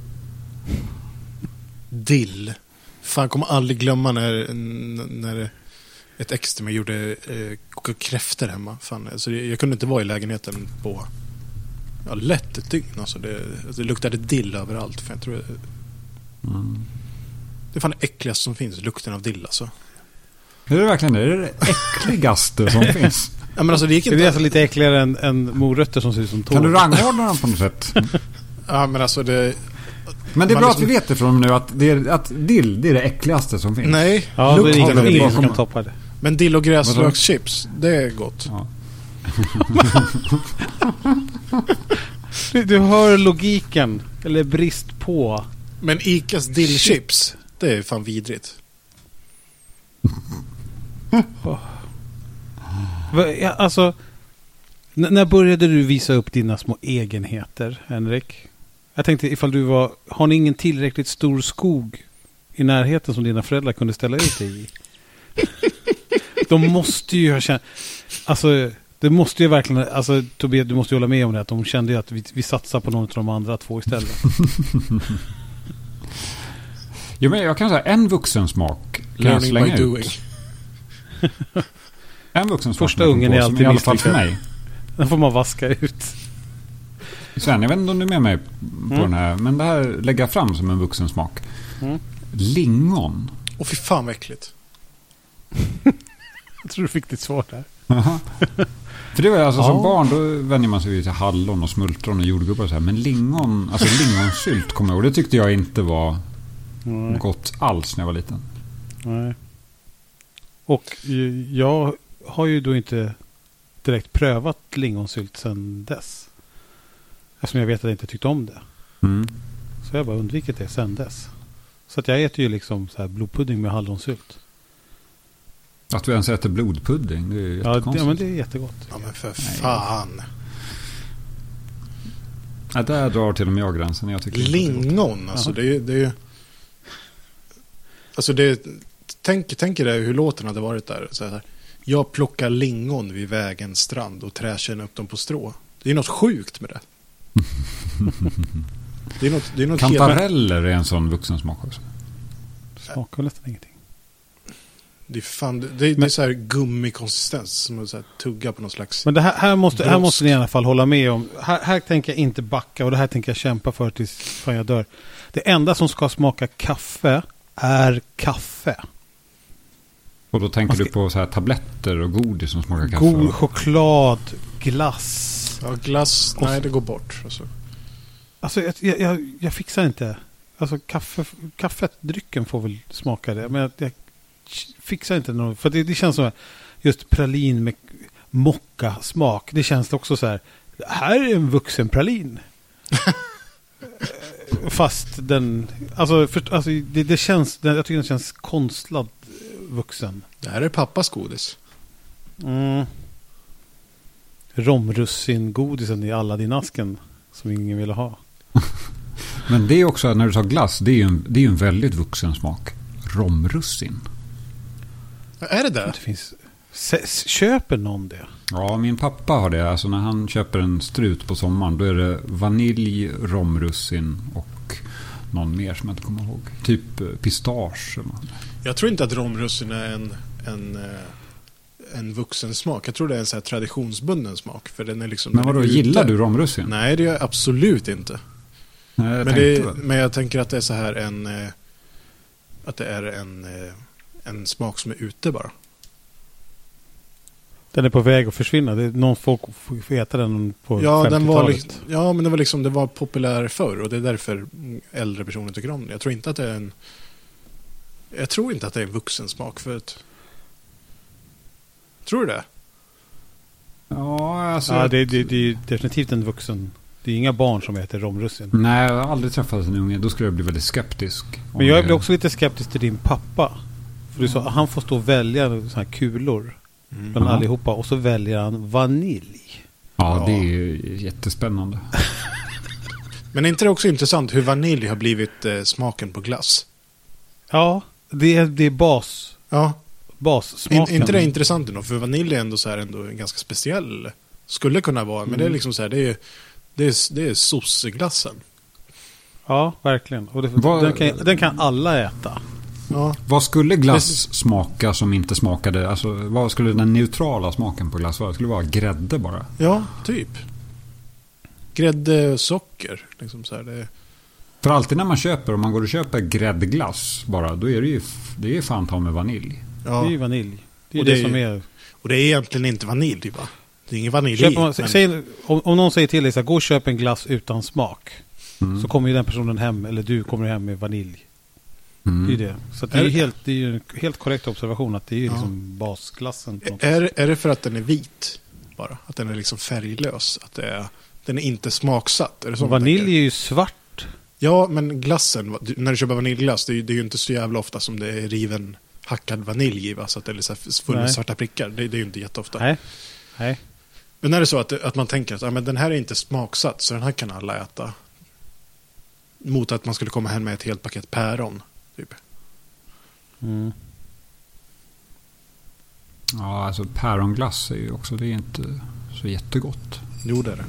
Dill. Fan, kommer aldrig glömma när, när ett ex till mig gjorde eh, koka kräftor hemma. Fan, alltså, jag, jag kunde inte vara i lägenheten på ja, lätt ett dygn. Alltså, det, det luktade dill överallt. För jag tror det, mm. det är fan det äckligaste som finns, lukten av dill alltså. Är det verkligen det? Är det det äckligaste som finns? Ja, men alltså, det, gick inte... det är alltså lite äckligare än, än morötter som ser ut som tåg. Kan du rangordna dem på något sätt? Ja, men alltså det... Men det är bra liksom... att vi vet det från nu att, det är, att dill, det är det äckligaste som finns. Nej, ja, det är ingen som kan toppa det. Men dill och gräslökschips, det är gott. Ja. du, du hör logiken. Eller brist på. Men Icas dillchips, det är fan vidrigt. Oh. Ja, alltså, n- när började du visa upp dina små egenheter, Henrik? Jag tänkte ifall du var... Har ni ingen tillräckligt stor skog i närheten som dina föräldrar kunde ställa ut dig i? De måste ju ha känt... Alltså, det måste ju verkligen... Alltså, Tobias, du måste ju hålla med om det. Att de kände ju att vi, vi satsar på någon av de andra två istället. Jo, men jag kan säga en vuxen smak kan jag slänga ut. Doing. En vuxen smak. Första ungen är alltid i alla fall för mig. Den får man vaska ut. Sven, jag vet inte om du är med mig på mm. den här, men det här lägger jag fram som en vuxen smak. Mm. Lingon. Åh, fy fan vad äckligt. Jag tror du fick ditt svar där. För det var alltså ja. Som barn, då vänjer man sig vid hallon och smultron och jordgubbar och så här. Men lingon, alltså lingonsylt kommer jag ihåg. Det tyckte jag inte var Nej. gott alls när jag var liten. Nej. Och jag har ju då inte direkt prövat lingonsylt sedan dess. Eftersom jag vet att jag inte tyckte om det. Mm. Så jag har bara undvikit det sedan dess. Så att jag äter ju liksom så här blodpudding med hallonsylt. Att du ens äter blodpudding, det är ju jättekonstigt. Ja, det, ja, men det är jättegott. Ja, men för fan. Ja, där drar till och med jag gränsen. Jag tycker lingon, det alltså det är, det är alltså det tänk, tänk er det, hur låten hade varit där. Så här, jag plockar lingon vid vägens strand och träkänner upp dem på strå. Det är något sjukt med det. Det är något, det är något kantareller helt... är en sån vuxen smak också. Smakar nästan ingenting. Det är, fan, det, det, det är så här gummikonsistens som att så här tugga på någon slags... Men det här, här, måste, här måste ni i alla fall hålla med om. Här, här tänker jag inte backa och det här tänker jag kämpa för tills fan jag dör. Det enda som ska smaka kaffe är kaffe. Och då tänker ska... du på så här tabletter och godis som smakar kaffe? God choklad, glass. Ja, glass, och... nej det går bort. Alltså, alltså jag, jag, jag, jag fixar inte. Alltså kaffe, kaffet, drycken får väl smaka det. Men jag, jag fixar inte någon, för det, det känns som just pralin med mocka smak. Det känns också så här, här är en vuxen pralin. Fast den, alltså, för, alltså det, det känns, jag tycker den känns konstlad vuxen. Det här är pappas godis. Mm. Romrussin-godisen i Aladdin-asken som ingen ville ha. Men det är också, när du tar glass, det är ju en, det är en väldigt vuxen smak. Romrussin. Är det där? Det finns, köper någon det? Ja, min pappa har det. Alltså när han köper en strut på sommaren, då är det vanilj, romrussin och någon mer som jag inte kommer ihåg. Typ pistage eller något. Jag tror inte att romrussin är en, en, en vuxen smak. Jag tror det är en så här traditionsbunden smak. För den är liksom. Men vadå, gillar du romrussin? Nej, det gör jag absolut inte. Nej, jag men, det, men jag tänker att det är så här en... Att det är en, en smak som är ute bara. Den är på väg att försvinna. Det är någon folk får äta den på ja, femtiotalet. Den var liksom, ja, men det var liksom det var populär förr och det är därför äldre personer tycker om det. Jag tror inte att det är en Jag tror inte att det är en vuxen smak för ett... Tror du det? Ja, alltså... Ja, det, det, det är definitivt en vuxen. Det är inga barn som äter romrussin. Nej, jag har aldrig träffat en unge. Då skulle jag bli väldigt skeptisk. Men jag blir också lite skeptisk till din pappa. För du sa att han får stå och välja såna här kulor mm. bland allihopa. Och så väljer han vanilj. Ja, ja. Det är ju jättespännande. Men är inte det också intressant hur vanilj har blivit eh, smaken på glass? Ja, det är, det är bas. Ja. Bassmaken. In, inte det är intressant ändå, för vanilj är ändå så här ändå en ganska speciell. Skulle kunna vara, men mm. det är liksom så här, det är det är, det är sosseglassen. Ja, verkligen. Och det, Var, den, kan, den kan alla äta. Ja. Vad skulle glass det, smaka som inte smakade? Alltså, vad skulle den neutrala smaken på glass vara? Det skulle vara grädde bara. Ja, typ. Grädde och socker. Liksom så här, det är... För alltid när man köper, om man går och köper gräddglass bara, då är det ju det är fan ta med vanilj. Ja. Det är ju vanilj. Det är och det, det som är, är... Och det är egentligen inte vanilj, va? Det är ingen vanilj. Köp, om, men... säg, om, om någon säger till dig så här, gå och köp en glass utan smak. Mm. Så kommer ju den personen hem, eller du kommer hem med vanilj. Mm. Det är det. Så det är ju helt, det är ju en helt korrekt observation att det är ju ja. liksom basklassen. På något är, är det för att den är vit? bara. Att den är liksom färglös. Att det är, den är inte smaksatt. Är det så vanilj är ju svart. Ja, men glassen, när du köper vaniljglass, det är, det är ju inte så jävla ofta som det är riven hackad vanilj i, va? Så att det är så full med svarta prickar. Det, det är ju inte jätteofta. Nej. Nej. Men är det så att, att man tänker att ja, men den här är inte smaksatt, så den här kan alla äta. Mot att man skulle komma hem med ett helt paket päron, typ. Mm. Ja, alltså päronglass är ju också, det är inte så jättegott. Jo, det är det.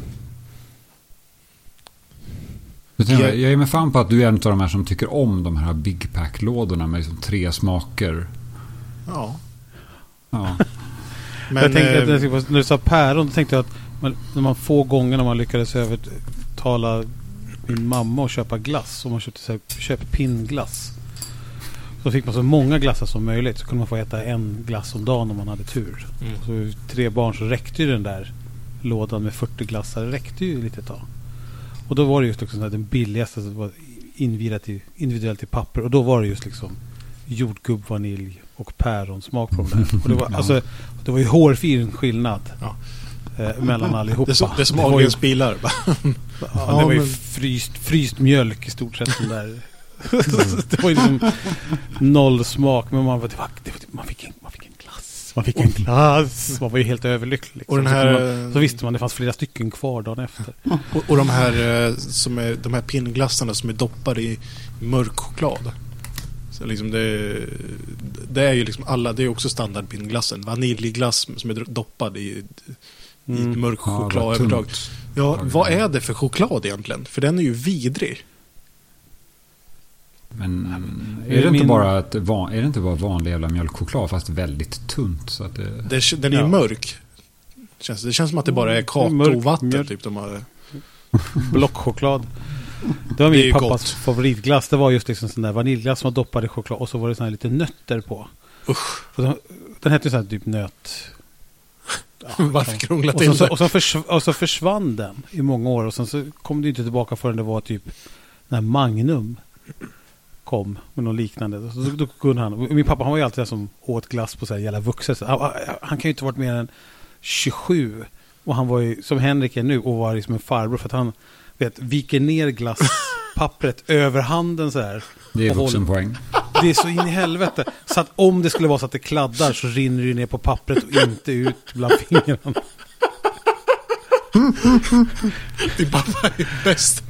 Jag, jag är med fan på att du är en av de här som tycker om de här Big Pack-lådorna med liksom tre smaker. Ja. Ja. Men, jag tänkte att äh, när du sa päron, då tänkte jag att man, när man få gånger när man lyckades övertala min mamma att köpa glass, och man köpte så här, köp pinnglass, så fick man så många glassar som möjligt, så kunde man få äta en glass om dagen om man hade tur. Mm. Så tre barn, så räckte ju den där lådan med fyrtio glassar, räckte ju lite tag. Och då var det just liksom den billigaste som var invirat i, individuellt i papper. Och då var det just liksom jordgubb, vanilj och päronsmak på dem där. Och det var, ja. alltså, det var ju hårfin skillnad ja. eh, mellan allihopa. Det är, så, det är som Ahlgrens bilar. Ja, ja, det var ju fryst, fryst mjölk i stort sett. Där. Det var ju liksom noll smak. Men man, var, det var, det var, man, fick en, man fick en glass. Man fick en glass. Man var ju helt överlycklig. Liksom. Och den här, så, man, så visste man att det fanns flera stycken kvar dagen efter. Och, och de här som är, de här pinnglassarna som är doppade i mörk choklad. Så liksom det, det är ju liksom alla, det är också standard pinnglassen. Vaniljglass som är doppad i, i mm. mörk choklad överdrag. Ja, vad är det för choklad egentligen? För den är ju vidrig. Men är det, inte bara ett, är det inte bara vanlig jävla mjölkchoklad fast väldigt tunt så att det... det den är ju ja. mörk. Det känns, det känns som att det bara är kakao och vatten typ de har. Blockchoklad. Det var min det pappas gott. favoritglass. Det var just liksom sån där vaniljglass som var doppad i choklad och så var det såna här lite nötter på. Usch. Den, den hette ju så här typ nöt. Ja, varför krångla till och så, det? Och så, försv- och så försvann den i många år och sen så kom det inte tillbaka förrän det var typ när Magnum kom med något liknande. Så då kunde han, min pappa han var ju alltid som åt glass på så här jävla vuxet. Han, han kan ju inte varit mer än tjugosju och han var ju som Henrik är nu och var liksom en farbror för att han vet, viker ner glasspappret över handen så här. Det är vuxenpoäng. Det är så in i helvete. Så att om det skulle vara så att det kladdar så rinner det ner på pappret och inte ut bland fingrarna. Din pappa är bäst.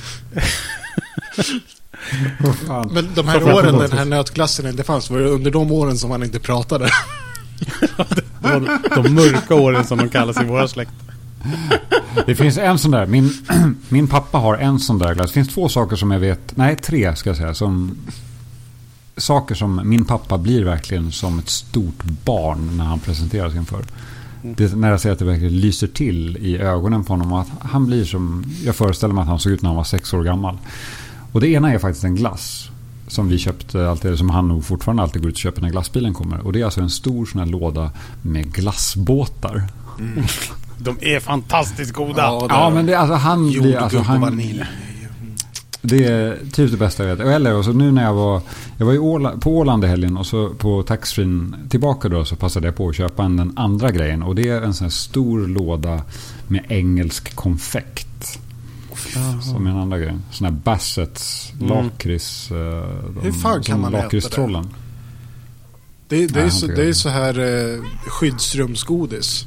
Men de här åren den här nötglassen inte fanns, var det under de åren som han inte pratade? Det var de mörka åren som de kallas i våra släkt. Det finns en sån där, min, min pappa har en sån där glass. Det finns två saker som jag vet, nej tre ska jag säga, som saker som min pappa blir verkligen som ett stort barn när han presenterar sin för. Det, när jag säger att det verkligen lyser till i ögonen på honom och att han blir som, jag föreställer mig att han såg ut när han var sex år gammal. Och det ena är faktiskt en glass som vi köpte alltid, som han nog fortfarande alltid går ut och köper när glassbilen kommer. Och det är alltså en stor sån här låda med glassbåtar. Mm. De är fantastiskt goda. Ja, ja men det alltså han jordgubb alltså, han, och vanilj. Det är typ det bästa jag vet. Eller och så nu när jag var jag var i Åla, på Åland i helgen och så på taxfree tillbaka då så passade jag på att köpa en, den andra grejen och det är en sån här stor låda med engelsk konfekt. Oh, som en andra grej. Sån här Bassets mm. lakrits de, hur fan kan man äta det? Det, det, Nej, är så, det är så här eh, skyddsrumsgodis.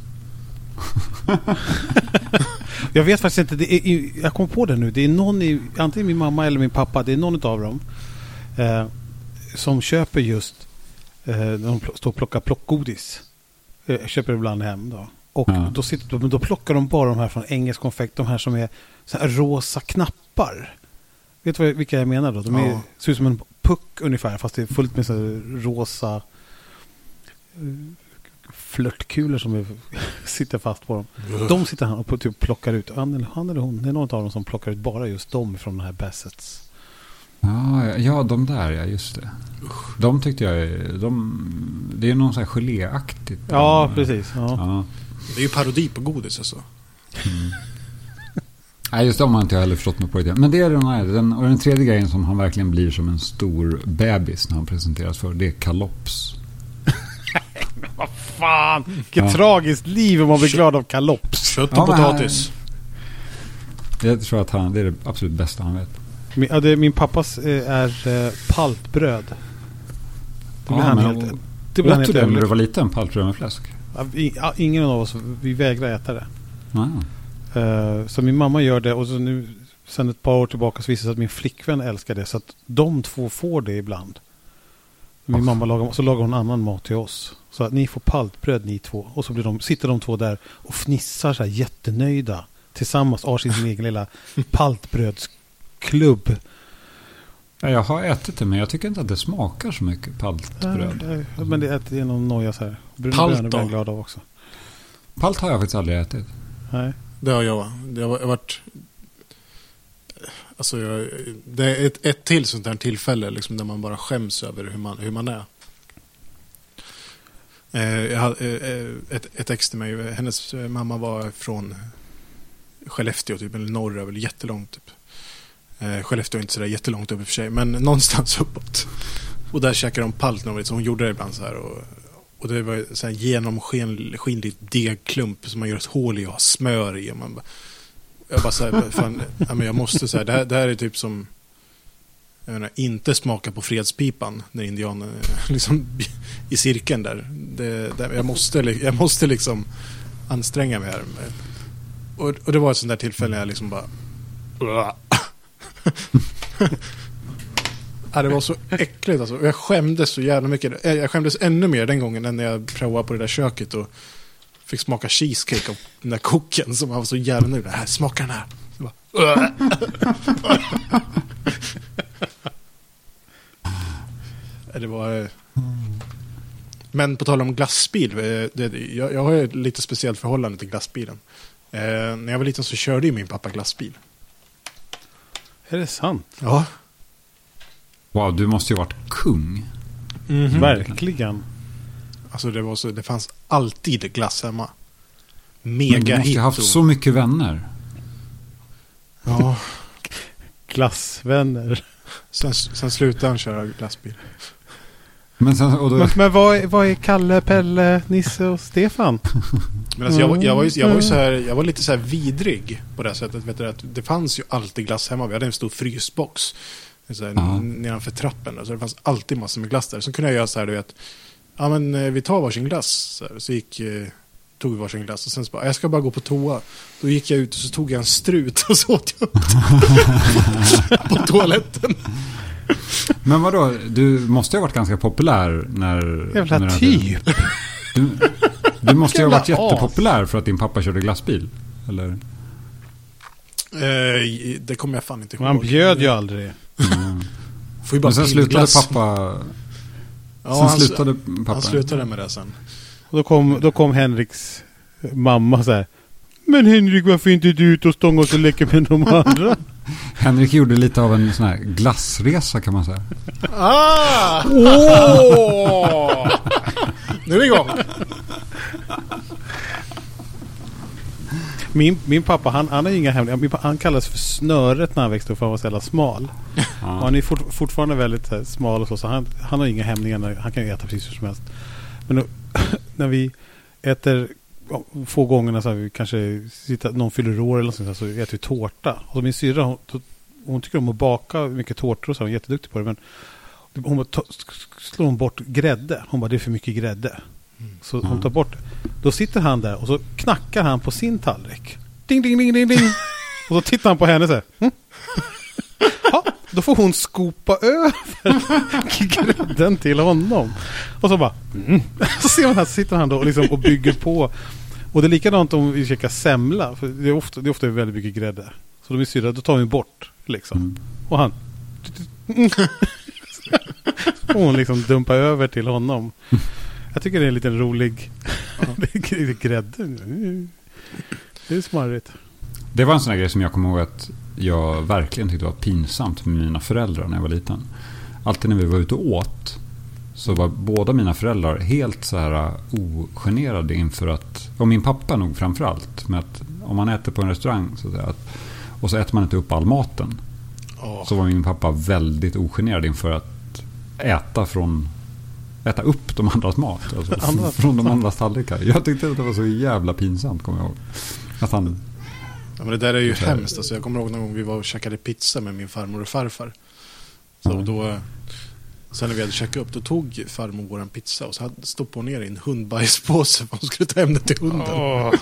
Jag vet faktiskt inte det är, jag kom på det nu. Det är någon i, antingen min mamma eller min pappa, det är någon av dem eh, som köper just eh, de står och plockar plockgodis. Eh, köper ibland hem då. Och ja. då, sitter, då, då plockar de bara de här från engelsk konfekt, de här som är så här rosa knappar. Vet du vilka jag menar då? De är, ja. ser ut som en puck ungefär, fast det är fullt med så här rosa flörtkulor som är, sitter fast på dem. Mm. De sitter han och typ plockar ut, han, han eller hon, det är någon av dem som plockar ut bara just dem från den här Bassets. Ja, ja, de där, ja, just det. De tyckte jag, de, det är någon sån här geléaktigt. Ja, precis. Ja. Ja. Det är ju parodi på godis alltså. Mm. Nej, just det har man inte heller förstått mig på det. Men det är den här, den, och den tredje grejen som han verkligen blir som en stor bebis när han presenteras för, det är kalops. Men vad fan, vilket ja. tragiskt liv om man blir glad av kalops. Kött och ja, potatis. Jag tror att han, det är det absolut bästa han vet. Min, ja, det, min pappas eh, är eh, paltbröd. Det blir ja, han helt... Det blir han helt... När du var liten, paltbröd med fläsk? Ja, vi, ja, ingen av oss, vi vägrar äta det. Ah. Uh, så min mamma gör det och så nu sen ett par år tillbaka så visar det sig att min flickvän älskar det så att de två får det ibland. Min oh. mamma lagar, så lagar hon annan mat till oss. Så att ni får paltbröd ni två och så blir de, sitter de två där och fnissar så här jättenöjda tillsammans har sin egen lilla paltbrödsklubb. Ja, jag har ätit det men jag tycker inte att det smakar så mycket paltbröd. Ja, men det är, det är någon noja så här. Palt blir jag glad av också. Palt har jag faktiskt aldrig ätit. Nej. Det har jag. Det har varit... Alltså, jag, det är ett, ett till sånt här tillfälle liksom, där man bara skäms över hur man, hur man är. Eh, jag hade, eh, ett, ett ex till mig, hennes mamma var från Skellefteå typ, eller norröver, jättelångt typ. Eh, Skellefteå är inte sådär jättelångt upp i för sig, men någonstans uppåt. Och där käkade de palt något, så hon gjorde det ibland så här och, och det var så här genomskinligt degklump som man gör ett hål i och har smör i och man bara, jag bara så här, fan, ja, men jag måste så här, det här, det här är typ som jag menar, inte smaka på fredspipan när indianen liksom i cirkeln där. Det, det, jag måste jag måste liksom anstränga mig här. Och, och det var ett sånt där tillfälle jag liksom bara ja, det var så äckligt alltså. Och jag skämdes så jävla mycket. Jag skämdes ännu mer den gången än när jag provade på det där köket och fick smaka cheesecake av den där kocken som var så jävla nöjd. Det här, smaka den här. Så bara, det var... Men på tal om glassbil, det, jag, jag har ett lite speciellt förhållande till glassbilen. Eh, när jag var liten så körde ju min pappa glassbil. Är det sant? Ja. Wow, du måste ju ha varit kung. Mm-hmm. Verkligen. Alltså det var så, det fanns alltid glass hemma. Mega hit. Du måste ha haft och... så mycket vänner. Ja. Glassvänner. Sen, sen slutade han köra glassbil. Men, sen, och då... men, men vad, är, vad är Kalle, Pelle, Nisse och Stefan? Men alltså, jag, var, jag, var ju, jag, var ju så här, jag var lite så här vidrig på det sättet. Vet du, att det fanns ju alltid glass hemma. Vi hade en stor frysbox så här, uh-huh. nedanför trappen. Så det fanns alltid massor med glass där. Så kunde jag göra så här, du vet. Ja, men vi tar varsin glass. Så, här, så gick, tog vi varsin glass. Och sen så bara, jag ska bara gå på toa. Då gick jag ut och så tog jag en strut och så åt jag upp på toaletten. Men vadå, du måste ju ha varit ganska populär när... Jävla när typ. Du, du måste ju ha varit jättepopulär för att din pappa körde glassbil, eller? Eh, det kommer jag fan inte ihåg. Man bjöd ju aldrig. Mm. Får ju bara Men sen slutade glass. pappa... Ja, sen han, slutade pappa. Han slutade med det sen. Och då kom, då kom Henriks mamma så här. Men Henrik, varför inte du ut och stånga och leka med de andra? Henrik gjorde lite av en sån här glassresa kan man säga. Ah! Oh! Nu är vi igång. Min, min pappa, han, han har inga hemligheter. Han kallas för Snöret när han växte upp för att vara så jävla smal. Ah. Och han är fort, fortfarande väldigt så här, smal och så. så han, han har inga hämningar. Han kan ju äta precis hur som helst. Men då, när vi äter... få gångerna så här, vi kanske sitter, någon fyller år eller något så äter vi tårta. Och min syrra, hon, hon tycker om att baka mycket tårtor och så, hon är jätteduktig på det, men hon bara, ta, slår hon bort grädde. Hon bara, det är för mycket grädde. Mm. Så hon tar bort det. Då sitter han där och så knackar han på sin tallrik. Ding, ding, ding, ding, ding. Och så tittar han på henne så här. Hm? Ja, då får hon skopa över grädden till honom. Och så bara mm. Så ser man här, så sitter han då och, liksom, och bygger på. Och det är likadant om vi käkar semla. För det är ofta, det är ofta väldigt mycket grädde. Så de är syrra, då tar vi bort liksom. Mm. Och han och hon liksom dumpar över till honom. Jag tycker det är en liten rolig grädde. Det är smarrigt. Det var en sån här grej som jag kommer ihåg att jag verkligen tyckte var pinsamt med mina föräldrar när jag var liten. Alltid när vi var ute och åt så var båda mina föräldrar helt så här ogenerade inför att, och min pappa nog framförallt, med att om man äter på en restaurang så att säga, att, och så äter man inte upp all maten. Oh. Så var min pappa väldigt ogenerad inför att äta från äta upp de andras mat. Alltså, från de andras tallrikar. Jag tyckte att det var så jävla pinsamt, kommer jag ihåg. Att han... Ja, men det där är ju hemskt. Alltså, jag kommer ihåg någon gång vi var och käkade pizza med min farmor och farfar. Så mm. då... Sen när vi hade käkat upp, då tog farmor våran pizza och så stoppade hon ner i en hundbajspåse för hon skulle ta hem det till hunden. Oh.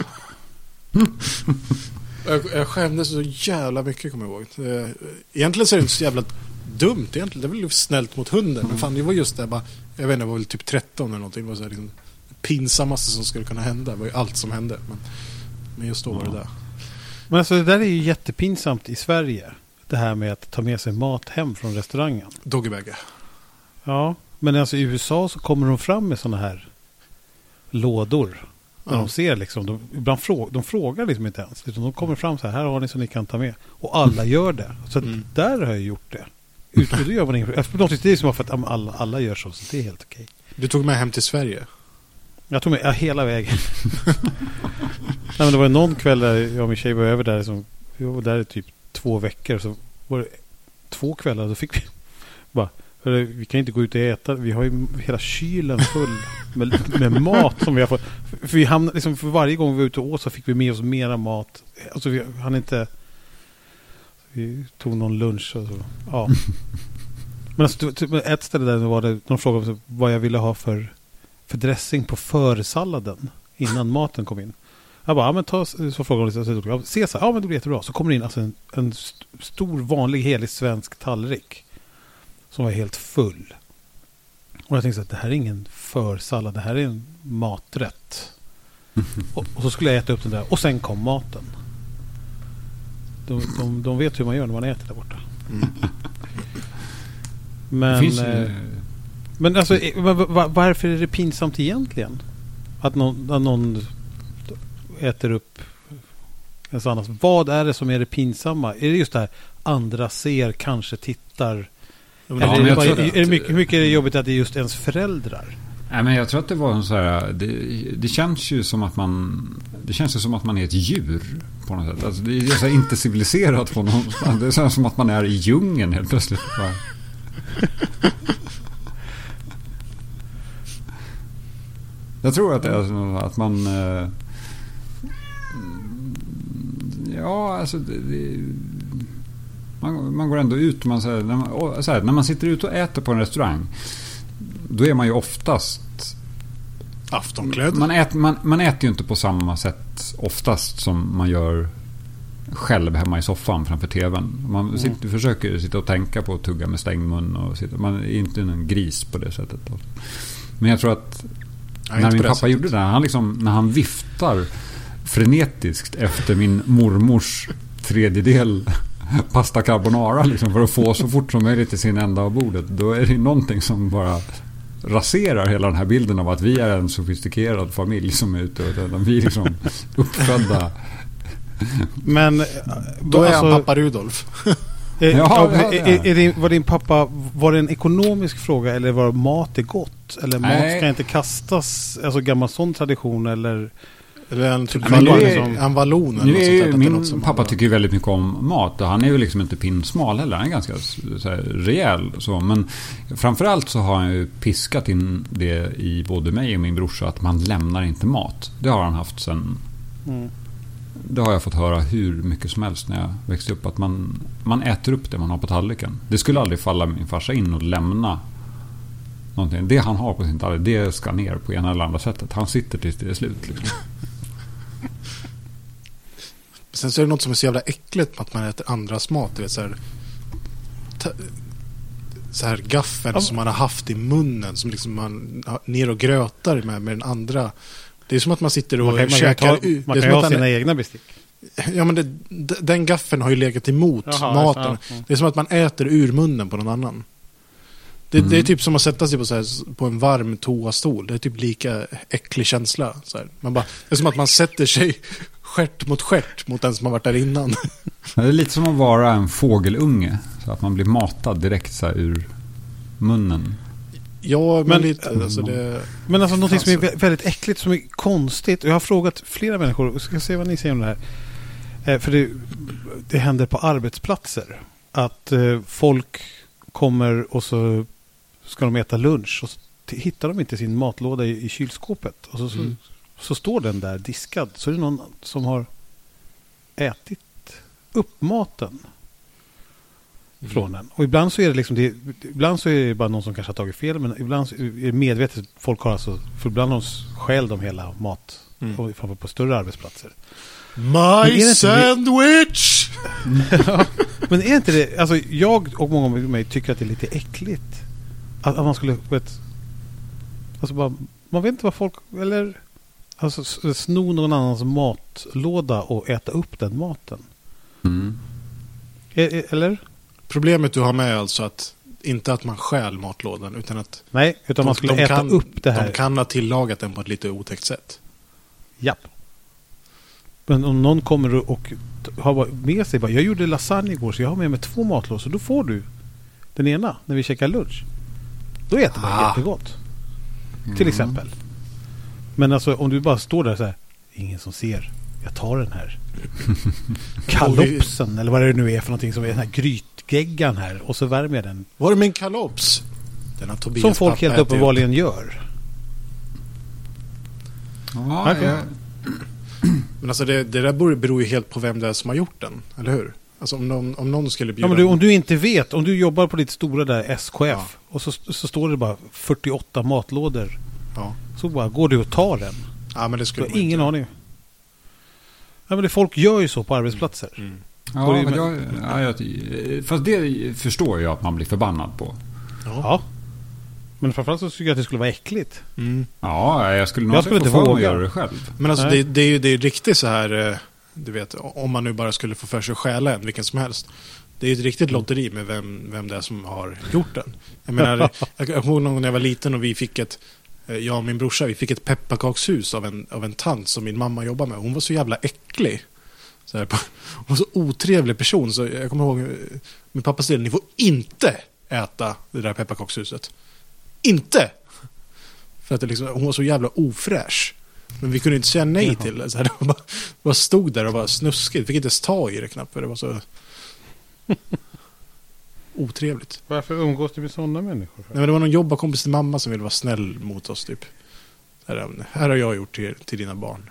jag, jag skämdes så jävla mycket, kommer jag ihåg. Egentligen så är det inte så jävla dumt egentligen. Det är väl snällt mot hunden. Mm. Men fan, det var just det bara, jag vet inte, det var väl typ tretton eller någonting. Det var så här liksom pinsammaste som skulle kunna hända. Det var ju allt som hände. Men, men just då var det där. Men alltså det där är ju jättepinsamt i Sverige. Det här med att ta med sig mat hem från restaurangen. Doggybagge. Ja, men alltså i U S A så kommer de fram med såna här lådor. Där ja. de ser liksom, de, ibland frå, de frågar liksom inte ens. De kommer fram så här, här har ni så ni kan ta med. Och alla gör det. Så mm. där har jag gjort det. Ut, då gör man inget. Det är som för att alla, alla gör så, så det är helt okej. Du tog med hem till Sverige? Jag tog med ja, hela vägen. Nej, men det var någon kväll där jag och min tjej var över där. Som, jag var där i typ två veckor. Så var det två kvällar. Då fick vi bara, vi kan inte gå ut och äta. Vi har ju hela kylen full med, med mat som vi har fått. För, vi hamnade, liksom, för varje gång vi var ute och åt så fick vi med oss mera mat. Alltså vi hann inte... Vi tog någon lunch och så. Ja. Men alltså, ett ställe där var det, de frågade vad jag ville ha för, för dressing på försalladen innan maten kom in. Jag bara, ja men ta, så frågade de lite, så Caesar, ja men det blir jättebra. Så kommer det in alltså en, en stor vanlig helig svensk tallrik som var helt full. Och jag tänkte att det här är ingen försallad, det här är en maträtt. och, och så skulle jag äta upp den där och sen kom maten. De, de, de vet hur man gör när man äter där borta. Mm. Men, finns, eh, men alltså, var, varför är det pinsamt egentligen? Att någon, att någon äter upp ens annars. Vad är det som är det pinsamma? Är det just det här andra ser, kanske tittar? Ja, eller är det bara, är det mycket, hur mycket är det jobbigt att det är just ens föräldrar? Nej, men jag tror att det var en så här, det, det känns ju som att man det känns ju som att man är ett djur på något sätt. Alltså, det är så här inte civiliserat på någonstans. Det är så som att man är i djungeln helt plötsligt. Jag tror att det är så att man ja, alltså det, det, man, man går ändå ut man, så här, när, man, så här, när man sitter ute och äter på en restaurang, då är man ju oftast aftonklädd. Man äter, man, man äter ju inte på samma sätt oftast som man gör själv hemma i soffan framför tvn. Man mm. sitter, försöker sitta och tänka på att tugga med stängd mun och sitta, man är inte en gris på det sättet. Men jag tror att Nej, när min pappa sättet. gjorde det, han liksom, när han viftar frenetiskt efter min mormors tredjedel pasta carbonara liksom, för att få så fort som möjligt till sin ända av bordet, då är det någonting som bara raserar hela den här bilden av att vi är en sofistikerad familj som är ute och vi är liksom uppfödda. Men då är alltså, han pappa Rudolf. är, ja, är, är, är din, var din pappa, var det en ekonomisk fråga eller var mat är gott? Eller mat Nej. ska inte kastas, alltså gammal sån tradition eller eller en typ ja, är, en vallon nu är ju, min pappa tycker ju väldigt mycket om mat och han är ju liksom inte pinsmal heller, han är ganska så här, rejäl så, men framförallt så har han ju piskat in det i både mig och min brorsa att man lämnar inte mat. Det har han haft sen mm. det har jag fått höra hur mycket som helst när jag växte upp, att man, man äter upp det man har på tallriken. Det skulle aldrig falla min farsa in och lämna någonting. Det han har på sin tallrik, det ska ner på ena eller andra sättet. Han sitter tills det är slut liksom. Sen så är det något som är så jävla äckligt med att man äter andras mat. Du vet, så här, ta, så här gaffeln ja. som man har haft i munnen som liksom man ner och grötar med, med den andra. Det är som att man sitter och man kan, käkar. Man kan, ta, man kan ha sina egna bestick. Ja, men det, den gaffeln har ju legat emot Jaha, maten. Ja, ja. Det är som att man äter ur munnen på någon annan. Det, mm. det är typ som att sätta sig på, så här, på en varm toastol. Det är typ lika äcklig känsla. Så här. Man bara, det är som att man sätter sig skärt mot skärt mot den som har varit där innan. Det är lite som att vara en fågelunge. Så att man blir matad direkt så här, ur munnen. Ja, men, men lite. Alltså det, men alltså någonting som är väldigt äckligt, som är konstigt. Och jag har frågat flera människor, och ska se vad ni säger om det här. Eh, för det, det händer på arbetsplatser. Att eh, folk kommer och så ska de äta lunch. Och så t- hittar de inte sin matlåda i, i kylskåpet. Och så, så, mm. så står den där diskad. Så är det någon som har ätit upp maten mm. från den. Och ibland så är det liksom det, ibland så är det bara någon som kanske har tagit fel, men ibland så är det medvetet. Folk har alltså, för ibland har skäl de hela mat mm. och framför på större arbetsplatser. My sandwich! Ja, men är inte det, alltså jag och många med mig tycker att det är lite äckligt att, att man skulle, vet, alltså bara, man vet inte vad folk, eller alltså sno någon annans matlåda och äta upp den maten. Mm. E- eller? Problemet du har med är alltså att inte att man stjäl matlådan, utan att nej, utan de, man skulle de äta kan, upp det här. De kan ha tillagat den på ett lite otäckt sätt. Japp. Men om någon kommer och, och har med sig, bara, jag gjorde lasagne igår så jag har med mig två matlådor, så då får du den ena när vi käkar lunch. Då äter man ah. jättegott. Mm. Till exempel. Men alltså om du bara står där så här, ingen som ser, jag tar den här kalopsen eller vad det nu är för någonting, som är den här grytgeggan här, och så värmer jag den. Var det min kalops? Den har Tobias som folk helt uppenbarligen gör. Ja, okay. ja. Men alltså det, det där beror ju helt på vem det är som har gjort den, eller hur? Alltså om någon, om någon skulle bjuda... Ja, men du, om du inte vet, om du jobbar på ditt stora där S K F ja. och så, så står det bara fyrtioåtta matlådor. Ja. Så bara går du och tar den. Ja, men det skulle ingen inte. aning. Ja, men det, folk gör ju så på arbetsplatser. Mm. Ja, men jag, ja, jag, fast det förstår jag att man blir förbannad på. Ja. ja. Men framförallt så tycker jag att det skulle vara äckligt. Mm. Ja, jag skulle nog jag skulle få inte våga göra det själv. Men alltså det, det är ju det är riktigt så här, du vet, om man nu bara skulle få för sig att stjäla en, vilken som helst. Det är ju ett riktigt lotteri med vem, vem det är som har gjort den. Jag menar, jag kommer ihåg någon gång när jag var liten och vi fick ett, jag och min brorsa, vi fick ett pepparkakshus av en, av en tant som min mamma jobbade med. Hon var så jävla äcklig. Så här, hon var så otrevlig person, så jag kommer ihåg min pappa säger, ni får inte äta det där pepparkakshuset. Inte! För att det liksom, hon var så jävla ofräsch. Men vi kunde inte säga nej Jaha. till det. Så här, det bara, bara stod där och var snuskigt. Vi fick inte ens ta i det knappt, för det var så otrevligt. Varför umgås du med sådana människor? Nej, men det var någon jobbarkompis till mamma som ville vara snäll mot oss typ. Här, här har jag gjort till, till dina barn.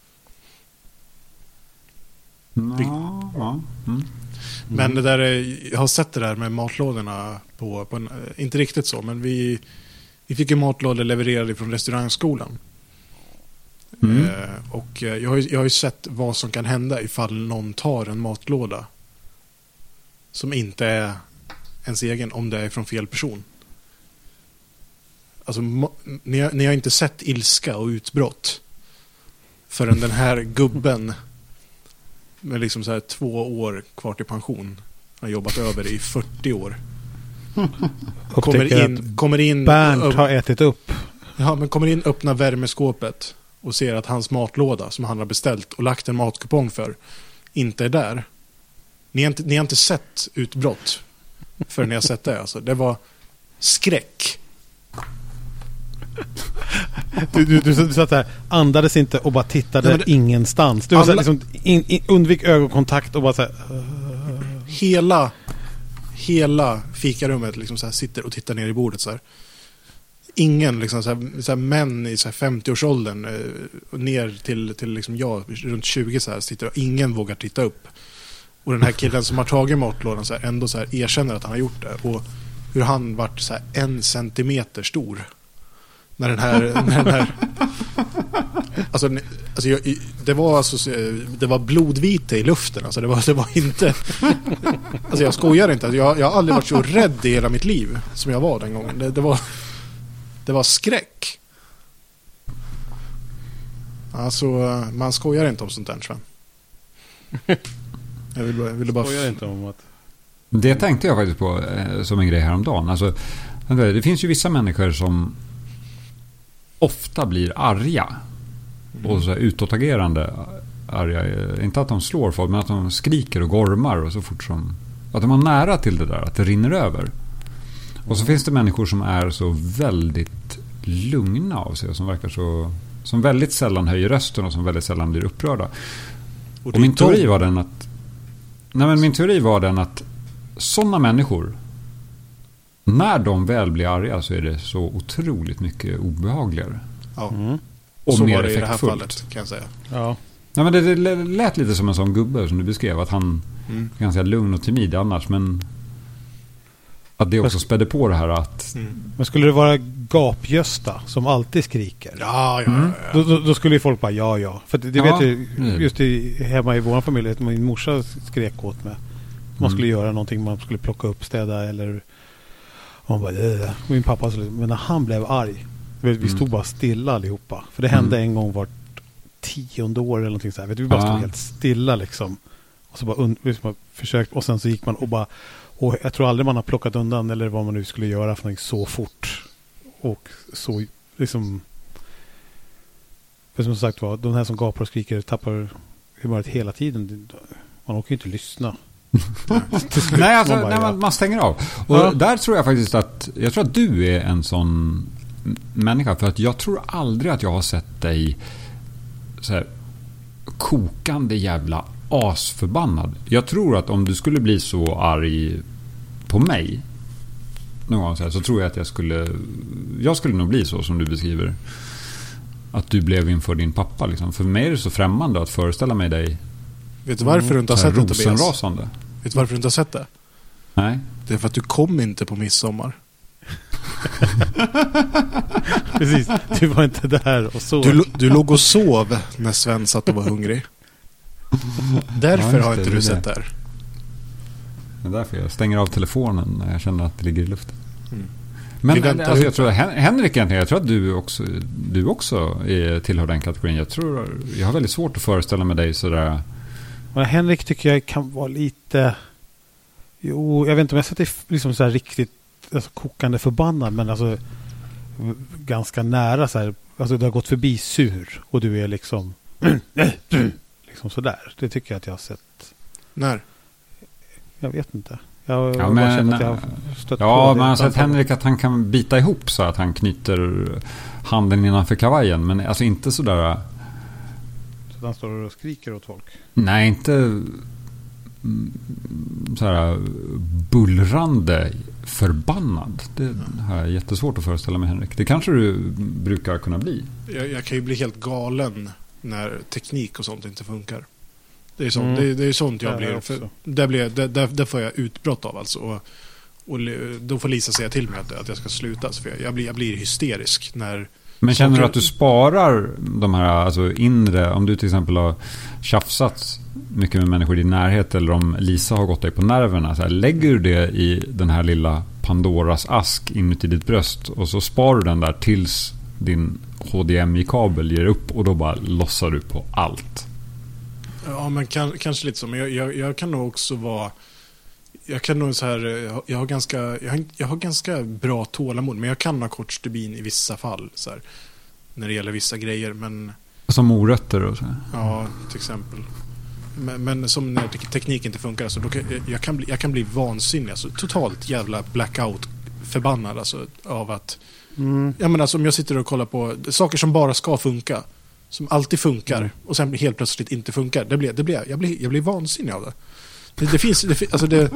Ja, ja. Mm. Men det där är, jag har sett det där med matlådorna på, på en, inte riktigt så, men vi, vi fick ju matlådor levererade från restaurangskolan. Mm. Eh, och jag har, jag har ju sett vad som kan hända ifall någon tar en matlåda som inte är ens egen, om det är från fel person. Alltså, ma- ni, har, ni har inte sett ilska och utbrott förrän den här gubben med liksom så här två år kvar till pension har jobbat över i fyrtio år. kommer in, kommer in Bernt ö- har ätit upp. Ja, men kommer in, öppnar värmeskåpet och ser att hans matlåda som han har beställt och lagt en matkupong för inte är där. Ni har inte, ni har inte sett utbrott förrän ni har sett det. Alltså. Det var skräck. Du, du, du, du satt där, andades inte och bara tittade ja, det, ingenstans. Du alla, var så här, liksom, in, in, undvik ögonkontakt och bara så här, uh. Hela hela fikarummet liksom så här, sitter och tittar ner i bordet så här. Ingen liksom så här, så här män i så här femtio-årsåldern eh, ner till, till liksom jag runt tjugo så här sitter och ingen vågar titta upp. Och den här killen som har tagit matlådan så här, ändå så här erkänner att han har gjort det, och hur han vart så här en centimeter stor när den här, när den här alltså, alltså jag, det var alltså det var blodvite i luften, alltså det var det var inte alltså jag skojar inte, jag, jag har aldrig varit så rädd i hela mitt liv som jag var den gången. Det, det var det var skräck. Alltså man skojar inte om sånt där, Sven. Jag ville vill bara skojar inte om att det tänkte jag faktiskt på eh, som en grej häromdagen. Alltså, det finns ju vissa människor som ofta blir arga och så här utåtagerande arga. Inte att de slår folk, men att de skriker och gormar och så fort som att de har nära till det där, att det rinner över. Och så finns det människor som är så väldigt lugna av sig och som verkar så, som väldigt sällan höjer rösten och som väldigt sällan blir upprörda. Och, och min teori var den att nej men min teori var den att sådana människor när de väl blir arga så är det så otroligt mycket obehagligare. Ja. Mm. Och så mer var det i det här effektfullt. fallet, kan jag säga. Ja. Nej, men det, det lät lite som en sån gubbe som du beskrev, att han mm. är ganska lugn och timid annars, men att det också spädde på det här att... Mm. Men skulle det vara gapgösta som alltid skriker? Ja, ja, mm. ja, ja. Då, då, då skulle ju folk bara ja, ja. För det, det ja, vet ju, mm. just i, hemma i vår familj, att min morsa skrek åt mig. Man skulle mm. göra någonting, man skulle plocka upp, städa eller... Och bara, äh. Min pappa, men när han blev arg, vi mm. stod bara stilla allihopa. För det hände mm. en gång vart tionde år eller någonting så här. Vet du, vi bara stod ja. helt stilla liksom. Och så bara, und- liksom, försökt, och sen så gick man och bara, och jag tror aldrig man har plockat undan eller vad man nu skulle göra för någonting så fort. Och så liksom, för som sagt var, de här som gapar och skriker tappar humöret hela tiden. Man orkar ju inte lyssna. Nej, alltså, man, bara, nej, man, man stänger av. Och ja. där tror jag faktiskt att, jag tror att du är en sån människa, för att jag tror aldrig att jag har sett dig så här kokande jävla asförbannad. Jag tror att om du skulle bli så arg på mig någon gång så, här, så tror jag att jag skulle jag skulle nog bli så som du beskriver, att du blev inför din pappa liksom. För mig är det så främmande att föreställa mig dig. Vet du varför du inte har sett det, Tobias? Vet du varför du inte har sett det? Nej. Det är för att du kom inte på midsommar. Precis, du var inte där och sov. Du, du låg och sov när Sven satt och var hungrig. Därför ja, har inte du sett det här. Det är därför jag stänger av telefonen när jag känner att det ligger i luften. Mm. Men alltså, jag tror Henrik egentligen, jag tror att du också du också är, tillhör den kategorin. Jag tror jag har väldigt svårt att föreställa mig dig sådär. Men Henrik tycker jag kan vara lite, jo, jag vet inte om jag sätter liksom så här riktigt alltså, kokande förbannad, men alltså ganska nära så här, alltså det har gått förbi sur och du är liksom liksom sådär. Det tycker jag att jag har sett. När? Jag vet inte. Jag, ja, men, att jag har stött ja, på man har sett Henrik att han kan bita ihop så att han knyter handen innanför kavajen, men alltså inte sådär. Så att han står och skriker åt folk? Nej, inte så här bullrande förbannad. Det har jag jättesvårt att föreställa mig, Henrik. Det kanske du brukar kunna bli. Jag, jag kan ju bli helt galen när teknik och sånt inte funkar. Det är sånt, mm. det, det är sånt jag blir. För där, blir där, där, där får jag utbrott av alltså. Och, och då får Lisa säga till mig att, att jag ska sluta. För jag, jag, blir, jag blir hysterisk när... Men känner du att du sparar de här alltså inre, om du till exempel har tjafsat mycket med människor i din närhet, eller om Lisa har gått dig på nerverna, så här, lägger du det i den här lilla Pandoras ask inuti ditt bröst och så sparar du den där tills din H D M I-kabel ger upp och då bara lossar du på allt? Ja, men kan, kanske lite så. Men jag, jag, jag kan nog också vara... Jag kan nog så här... Jag har ganska, jag har, jag har ganska bra tålamod, men jag kan ha kort stubin i vissa fall. Så här, när det gäller vissa grejer, men... Som morötter och så här. Ja, till exempel. Men, men som när teknik inte funkar, så då kan, jag, kan bli, jag kan bli vansinnig. Alltså, totalt jävla blackout förbannad alltså, av att... Mm. Jag menar, alltså, om jag sitter och kollar på saker som bara ska funka, som alltid funkar, mm. och sen helt plötsligt inte funkar, det blir, det blir, jag, blir, jag blir vansinnig av det. Det, det finns... Det, alltså det,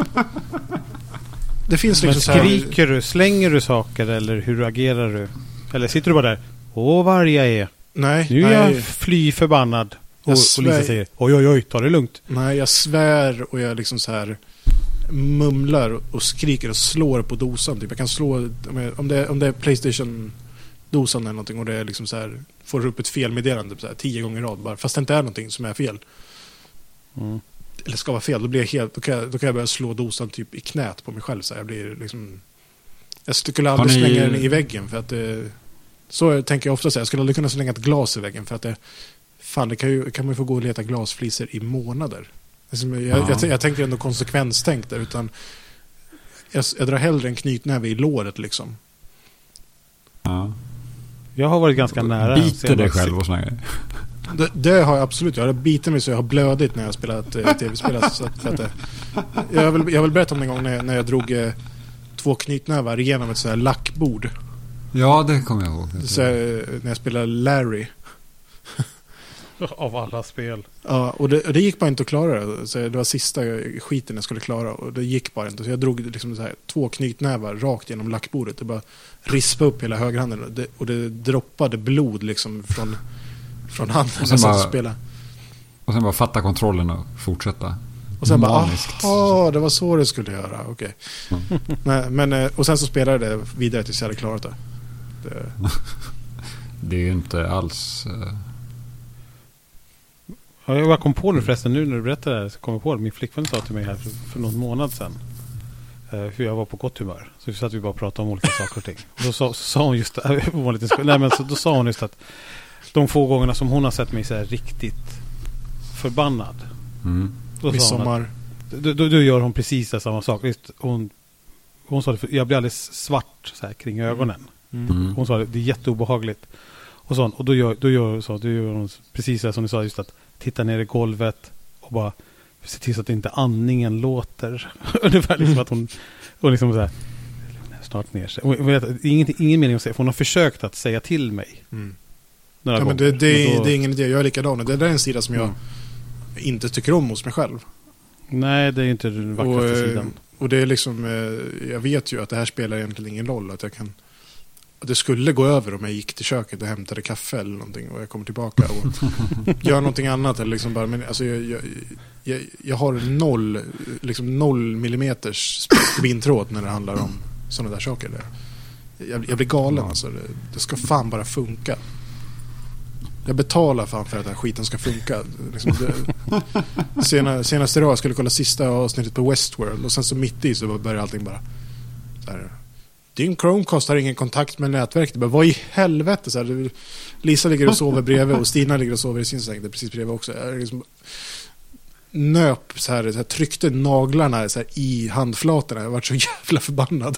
det finns liksom. Men skriker du, slänger du saker, eller hur agerar du? Eller sitter du bara där? Åh, vad jag är. Nej. Nu är nej. jag fly förbannad. Och, och Lisa säger, oj, oj, oj, ta det lugnt. Nej, jag svär och jag liksom så här mumlar och skriker och slår på dosan. Typ. Jag kan slå, om det, om det är PlayStation-dosan eller någonting, och det är liksom så här, får upp ett felmeddelande så här, tio gånger i rad bara, fast det inte är någonting som är fel. Mm. Eller ska vara fel, då blir jag helt, då kan jag, då kan jag börja slå dosan typ i knät på mig själv. Så jag blir liksom, jag skulle aldrig ni... slänga den i väggen, för att det, så tänker jag ofta så här, jag skulle aldrig kunna slänga ett glas i väggen, för att det, fan, det kan, ju, kan man ju få gå och leta glasfliser i månader. Jag, ja. jag, jag tänker ändå konsekvenstänk där, utan jag, jag drar hellre en knytnäve i låret liksom. Ja. Jag har varit ganska nära. Biter dig själv och såna. Det, det har jag absolut. Jag har bitit mig så jag har blödit när jag har spelat eh, tv-spel. Så att, för att, eh, jag vill jag vill berätta om en gång när, när jag drog eh, två knytnävar genom ett så här lackbord. Ja, det kommer jag ihåg. Så, eh, när jag spelade Larry. Av alla spel. Ja, och det, och det gick bara inte att klara det. Så det var sista skiten jag skulle klara och det gick bara inte. Så jag drog liksom så här, två knytnävar rakt genom lackbordet. Det bara rispade upp hela högerhanden och det, och det droppade blod liksom från, från handen. Och sen, bara, spela. och sen bara fatta kontrollen och fortsätta. Och sen Maniskt. bara, aha, det var så det skulle göra. Okej. Okay. Mm. men, men, och sen så spelade det vidare tills jag hade klarat det. Det, det är ju inte alls... Uh... Ja, jag kom på det förresten nu när du berättade det här, så kom jag på det. Min flickvän sa till mig här för, för någon månad sedan uh, hur jag var på gott humör. Så satt vi bara och pratade om olika saker och ting. Och då sa, så sa hon just nej, men så, då sa hon just att de få gångerna som hon har sett mig så här riktigt förbannad. Mm. Då, Midsommar. Att, då, då, då gör hon precis samma sak. Just, hon, hon sa det, jag blir alldeles svart så här, kring ögonen. Mm. Hon sa det, det är jätteobehagligt. Och, så, och då gör, då gör, så, då gör hon precis det som du sa, just att titta ner i golvet och bara se till så att inte andningen låter. Ungefär liksom att hon, hon liksom så här, snart ner sig. Och, vet, ingen, ingen mening att säga, för hon har försökt att säga till mig. Mm. Ja, men det, det, men då, det är ingen idé, jag är likadan. Det är en sida som jag mm. inte tycker om hos mig själv. Nej, det är inte den vackraste och, sidan. Och det är liksom, jag vet ju att det här spelar egentligen ingen roll. Att jag kan, att det skulle gå över om jag gick till köket och hämtade kaffe eller någonting och jag kommer tillbaka och gör någonting annat. Eller liksom bara, men alltså jag, jag, jag, jag har noll, liksom noll millimeters spintråd när det handlar om sådana där saker. Jag, jag blir galen alltså. Det, det ska fan bara funka. Jag betalar fan för att den här skiten ska funka. Liksom det, sena, senaste idag skulle kolla sista avsnittet på Westworld och sen så mitt i så börjar allting bara så här, din Chromecast har ingen kontakt med nätverket. Bara, vad i helvete? Så här, Lisa ligger och sover bredvid och Stina ligger och sover i sin säng. Det är precis bredvid också. Jag liksom nöp så här, så här, tryckte naglarna så här, i handflatorna. Jag var så jävla förbannad.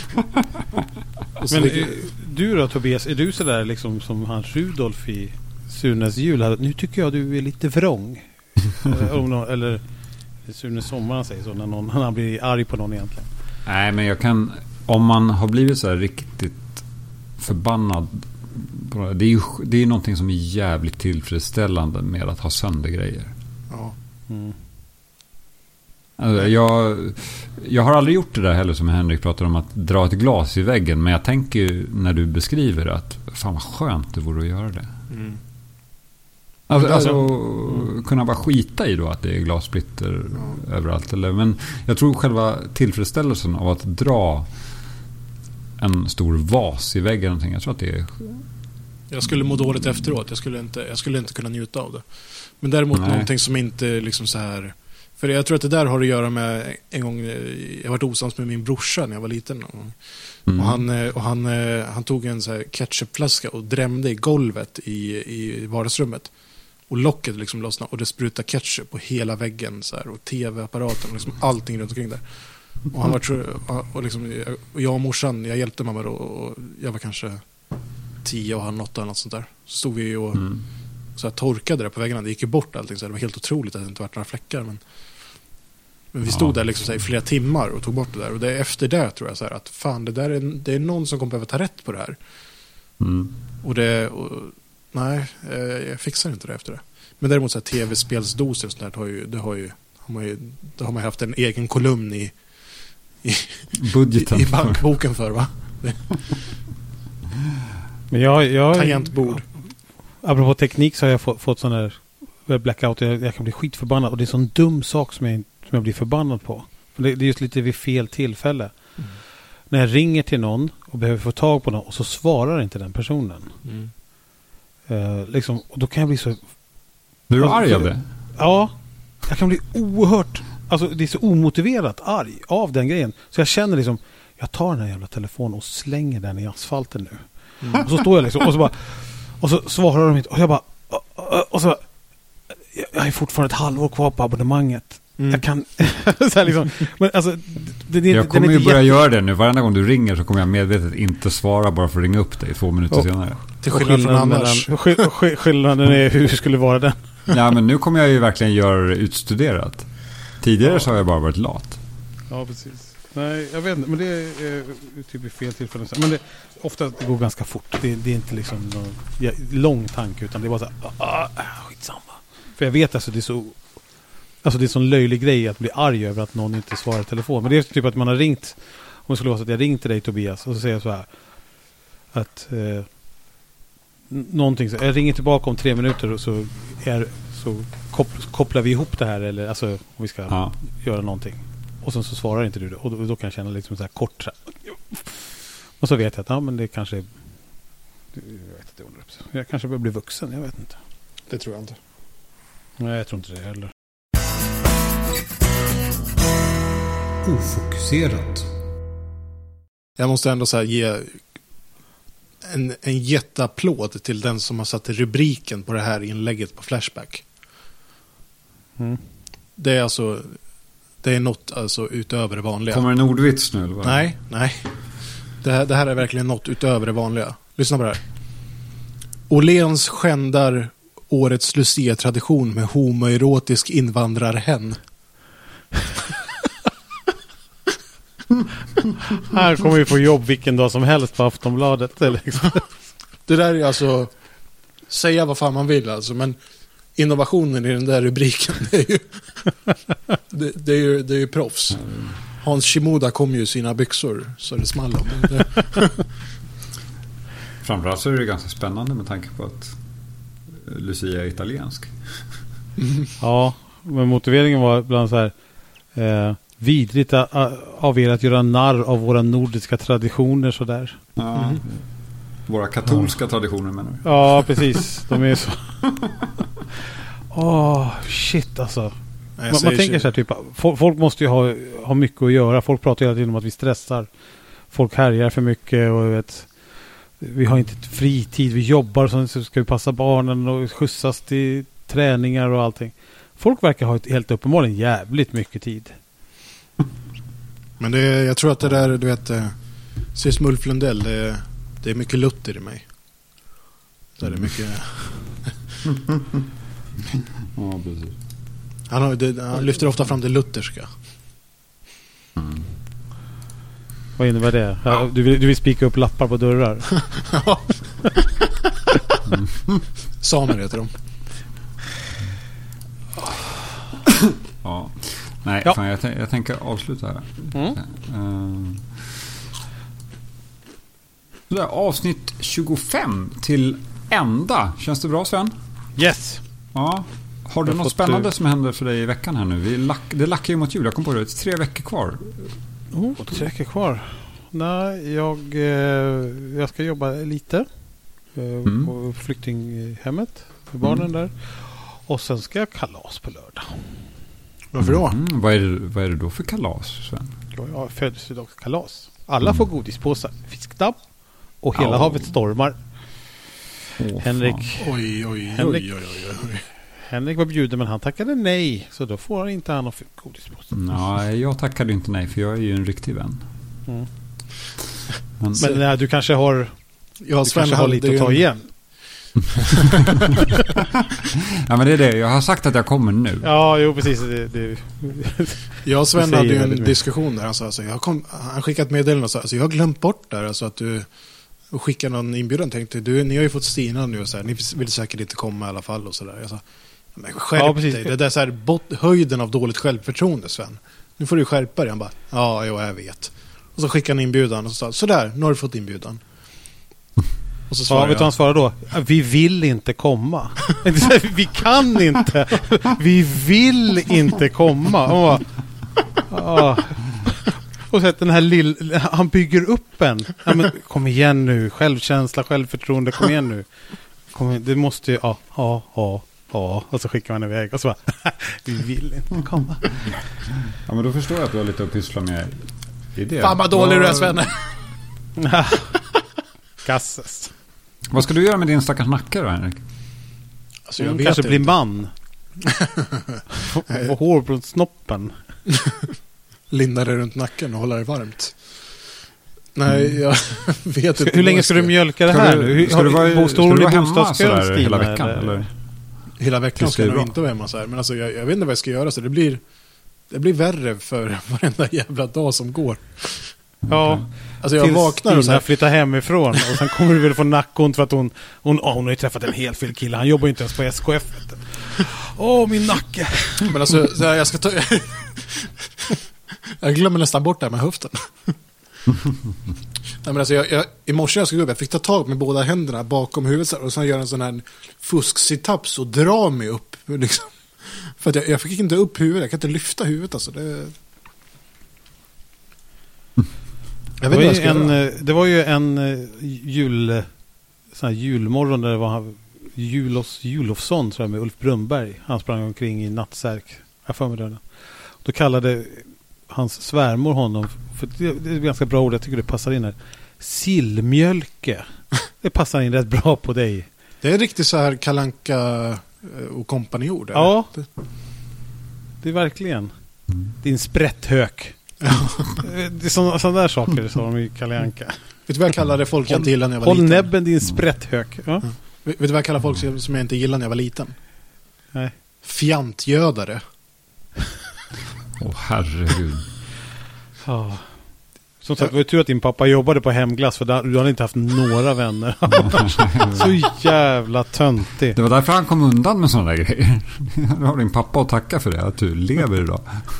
Men ligger... du då Tobias, är du så där liksom som han Rudolf i Sunes jul? Nu tycker jag du är lite vrång. eller, eller Sunes sommar han säger så när någon, han blir arg på någon egentligen. Nej, men jag kan, om man har blivit så här riktigt förbannad på det, det är ju det är någonting som är jävligt tillfredsställande med att ha sönder grejer. Ja. Mm. Alltså, jag, jag har aldrig gjort det där heller som Henrik pratar om, att dra ett glas i väggen, men jag tänker ju när du beskriver det att fan vad skönt det vore att göra det. Mm. Alltså, alltså mm. kunna bara skita i då att det är glassplitter ja. överallt. Eller, men jag tror själva tillfredsställelsen av att dra en stor vas i väggen någonting, jag tror att det är... Jag skulle må dåligt efteråt. Jag skulle inte, jag skulle inte kunna njuta av det. Men däremot Nej. någonting som inte liksom så här... För jag tror att det där har att göra med en gång jag varit osams med min brorsa när jag var liten. Mm. Och, han, och han, han tog en så här ketchupflaska och drämde i golvet i, i vardagsrummet. Och locket liksom lossnade och det sprutade ketchup på hela väggen så här, och tv-apparaten och liksom allting runt omkring där. Och han var tror, och liksom, och jag och morsan, jag hjälpte mamma då, och jag var kanske tio och han åtta eller något sånt där. Så stod vi och mm. så här, torkade det på väggarna. Det gick ju bort allting så här, det var helt otroligt att det inte var några fläckar, men Men vi stod ja. där liksom så här, i flera timmar och tog bort det där. Och det är efter det tror jag så här, att fan, det där är, det är någon som kommer behöva ta rätt på det här. Mm. Och det, och, nej, jag fixar inte det efter det. Men däremot så här, tv-spelsdoser och sånt där, har ju, det har ju, har man ju, det har man haft en egen kolumn i, i, budgeten i, i bankboken för, va? Men jag, jag tangentbord. Apropå teknik så har jag fått, fått sån här blackout. Jag, jag kan bli skitförbannad. Och det är en sån dum sak som jag, som jag blir förbannad på. För det, det är just lite vid fel tillfälle. Mm. När jag ringer till någon och behöver få tag på någon och så svarar inte den personen. Mm. Uh, liksom, och då kan jag bli så... Är du arg av det? Ja. Jag kan bli oerhört... Alltså det är så omotiverat arg av den grejen. Så jag känner liksom... Jag tar den här jävla telefonen och slänger den i asfalten nu. Mm. Och så står jag liksom... Och så bara... Och så svarar de inte. Och jag bara... Och, och så... Jag är fortfarande ett halvår kvar på abonnemanget. Mm. Jag kan... så här liksom, men alltså, det, det, jag kommer ju börja jätte... göra det nu. Varenda gång du ringer så kommer jag medvetet inte svara bara för att ringa upp dig två minuter och, senare. Till skillnad från annars. Mellan, skillnaden är hur det skulle vara den. Ja, men nu kommer jag ju verkligen göra det utstuderat. Tidigare ja. så har jag bara varit lat. Ja, precis. Nej, jag vet inte. Men det är eh, typ i fel tillfälle. Men det, ofta det går ganska fort. Det, det är inte liksom någon ja, lång tanke, utan det är bara så här, ah, skitsamma. För jag vet alltså det är så alltså det är en sån löjlig grej att bli arg över att någon inte svarar i telefon. Men det är typ att man har ringt, om det skulle vara så att jag ringt till dig Tobias och så säger jag så här att eh, någonting så, jag ringer tillbaka om tre minuter och så är så koppl- kopplar vi ihop det här eller alltså om vi ska ja. göra någonting. Och sen så svarar inte du det. Och då, då kan jag känna liksom så här kort så här. Och så vet jag att ja, men det kanske är, jag vet inte, jag kanske börjar bli vuxen, jag vet inte. Det tror jag inte. Nej, jag tror inte det heller. Ofokuserat. Jag måste ändå så här ge en, en jätteapplåd till den som har satt rubriken på det här inlägget på Flashback. Mm. Det är alltså det är något alltså utöver det vanliga. Kommer en ordvits nu eller vad? Nej, nej. Det här, det här är verkligen något utöver det vanliga. Lyssna på det här. Åhléns skändar årets Lucia-tradition med homoerotisk invandrarhen. Här kommer vi få jobb vilken dag som helst på Aftonbladet. Liksom. Det där är alltså säga vad fan man vill alltså, men innovationen i den där rubriken det är ju det, det är ju, det är ju proffs. Hans Shimoda kom ju i sina byxor så det small om det. Framförallt så är det ganska spännande med tanke på att Lucia är italiensk. Mm. Ja, men motiveringen var bland så här eh, vidrigt av er att göra narr av våra nordiska traditioner sådär. Ja, mm. Våra katolska ja. traditioner menar du? Ja, precis. De är så. Åh, oh, shit alltså. Nej, man man tänker så här typ, folk, folk måste ju ha, ha mycket att göra. Folk pratar hela tiden om att vi stressar. Folk härjar för mycket och vet, vi har inte fritid, vi jobbar så ska vi passa barnen och skjutsas till träningar och allting. Folk verkar ha ett helt uppenbarligen jävligt mycket tid. Men det är, jag tror att det där, du vet, Sis Mulf Lundell, det är, det är mycket Luther i mig. Så är det mycket. Ja, precis. Han, har, det, han lyfter ofta fram det lutherska. Mm. Vad innebär det? Ja. Du, vill, du vill spika upp lappar på dörrar? Ja. mm. Samer heter de. Ja. Nej, ja. Fan, jag, t- jag tänker avsluta här. Mm. Uh, sådär, avsnitt tjugofem till ända. Känns det bra, Sven? Yes. Ja. Har du något spännande som händer för dig i veckan här nu? Vi lack, det lackar ju mot jul. Jag kom på det. Det är tre veckor kvar. Oh, tre veckor kvar. Nej, jag, eh, jag ska jobba lite eh, mm. på flyktinghemmet för barnen mm. där. Och sen ska jag kalas på lördag. Varför då? Mm. Vad, är det, vad är det då för kalas, Sven? Ja, jag har födelsedagskalas. Alla mm. får godispåsar, fiskdamm och hela oh. havet stormar. Oh, Henrik, oj, oj, Henrik, oj, oj, oj, oj. Henrik var bjuden men han tackade nej. Så då får han inte han av godispåsar. Nej, jag tackade inte nej för jag är ju en riktig vän. Mm. Men, men nej, du kanske har, jag du kanske har lite att ta igen. Ja, men det är det. Jag har sagt att jag kommer nu. Ja, jo precis. Det, det, jag och Sven hade ju en diskussion där. Alltså, alltså, jag kom, han skickat meddelanden och sa alltså, jag har glömt bort där. Alltså, att du skickar någon inbjudan. Tänkte du, ni har ju fått Stina nu och så här, ni vill säkert inte komma i alla fall och så där. Jag sa, men skärp ja, dig. Det där är så här bot, höjden av dåligt självförtroende, Sven. Nu får du skärpa dig. Han bara, ja, jo, jag vet. Och så skickade han inbjudan och så sa, sådär, nu har du fått inbjudan. Och så ja, vet du vad han svarar då? Vi vill inte komma. Vi kan inte. Vi vill inte komma. Och, bara, och så att den här lill, han bygger upp en. Ja, men, kom igen nu. Självkänsla, självförtroende. Kom igen nu. Kom igen. Det måste ju, ja, ja, ja. Ja, och så skickar man iväg och så bara, vi vill inte komma. Ja, men då förstår jag att du har lite att pyssla med i det. Fan vad dålig du är, Sven. Kasses. Vad ska du göra med din stackars nacke då, Henrik? Alltså, jag mm, kanske blir man. Få hår på snoppen. Linda dig runt nacken och hålla dig varmt. Nej, mm. jag vet inte. Hur länge ska du mjölka det här nu? Hur, ska du vara, ska du vara hemma sådär hela veckan? Eller? Eller? Hela veckan ska jag inte vara hemma så här. Men alltså, jag, jag vet inte vad jag ska göra. Så det blir, det blir värre för varenda jävla dag som går. Ja, alltså jag vaknar och så här flyttar hemifrån och sen kommer du väl få nackont för att hon hon, oh, hon har ju träffat en helt fel kille. Han jobbar ju inte ens på S K F. Åh, min nacke. Men alltså, så här, jag ska ta... jag glömmer nästan bort det här med höften. Nej, men alltså, jag, jag, i morse jag skulle gå upp, jag fick ta tag med båda händerna bakom huvudet och sen göra en sån här fusk-sit-ups och dra mig upp. Liksom. För att jag, jag fick inte upp huvudet, jag kan inte lyfta huvudet. Alltså. Det... Jag vet det, var inte en, det var ju en jul, sån här julmorgon där det var Julos Julofsson tror jag, med Ulf Brunnberg. Han sprang omkring i nattsärk. Jag får med den. Då kallade hans svärmor honom, för det, det är ett ganska bra ord, jag tycker det passar in här, sillmjölke. Det passar in rätt bra på dig. Det är riktigt så här Kalle Anka och kompaniord. Ja, det, det är verkligen din sprätthök. Det är sådana, sådana där saker som de i Kalle Anka. Vet du vad jag kallade folk jag inte gillade när jag var håll liten? Håll näbben din sprätthök. Ja. Ja. Vet du vad jag kallar folk som jag inte gillade när jag var liten? Nej. Fjantgödare. Åh, oh, herregud. Ja. Som sagt, det var ju tur att din pappa jobbade på Hemglass, för du hade inte haft några vänner. Så jävla töntig. Det var därför han kom undan med sådana där grejer. Du har din pappa att tacka för det, att du lever idag.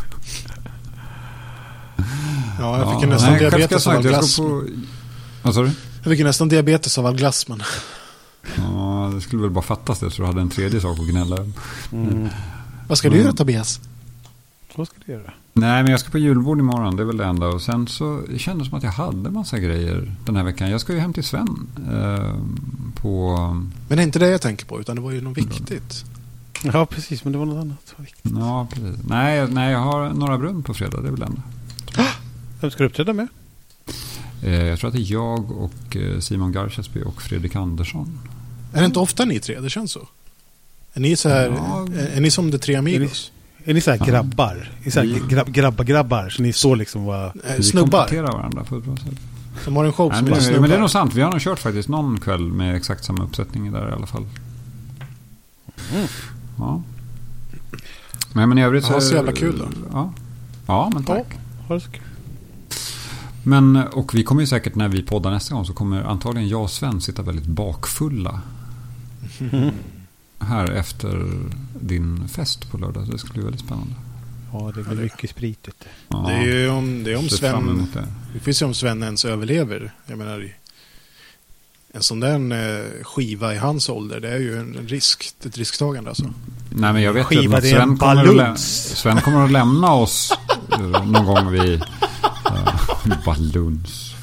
Ja, jag fick ju nästan nej, diabetes av all glass. På... Vad sa du? Jag fick ju nästan diabetes av all glass, men... Ja, det skulle väl bara fattas det, så du hade en tredje sak att gnälla. Mm. Vad ska du göra, Tobias? Vad ska du göra? Nej, men jag ska på julbord imorgon, det är väl det enda. Och sen så det kändes som att jag hade massa grejer den här veckan. Jag ska ju hem till Sven eh, på... Men det är inte det jag tänker på, utan det var ju något viktigt. Ja, precis, men det var något annat viktigt. Ja, precis. Nej, nej, jag har Norra Brunn på fredag, det är väl det enda. Vem ska du uppträda med? Eh, jag tror att det är jag och Simon Garchesby och Fredrik Andersson. Är det inte ofta ni tre? Det känns så. Är ni så här, ja. är, är ni som de tre amigos? Är, är ni så här grabbar? Är så här grabb, grabba grabbar så ni står liksom var äh, snubbar. Vi varandra på ett bra sätt. Som har en show som Nej, men, men det är nog sant. Vi har nog kört faktiskt någon kväll med exakt samma uppsättning där i alla fall. Mm. Ja. Men, men i övrigt så... Ja, så jävla kul då. Ja, ja men tack. Ja, ha det så kul. Men, och vi kommer ju säkert när vi poddar nästa gång så kommer antagligen jag och Sven sitta väldigt bakfulla. Mm. Här efter din fest på lördag. Det skulle bli väldigt spännande. Ja, det blir mycket sprit. Ja, det är ju om, det är om Sven... Det. det finns ju om Sven ens överlever. Jag menar, en sån där skiva i hans ålder, det är ju en risk, ett risktagande alltså. Nej, men jag vet skiva, att Sven kommer, att lä- Sven kommer att lämna oss någon gång vid uh, baluns.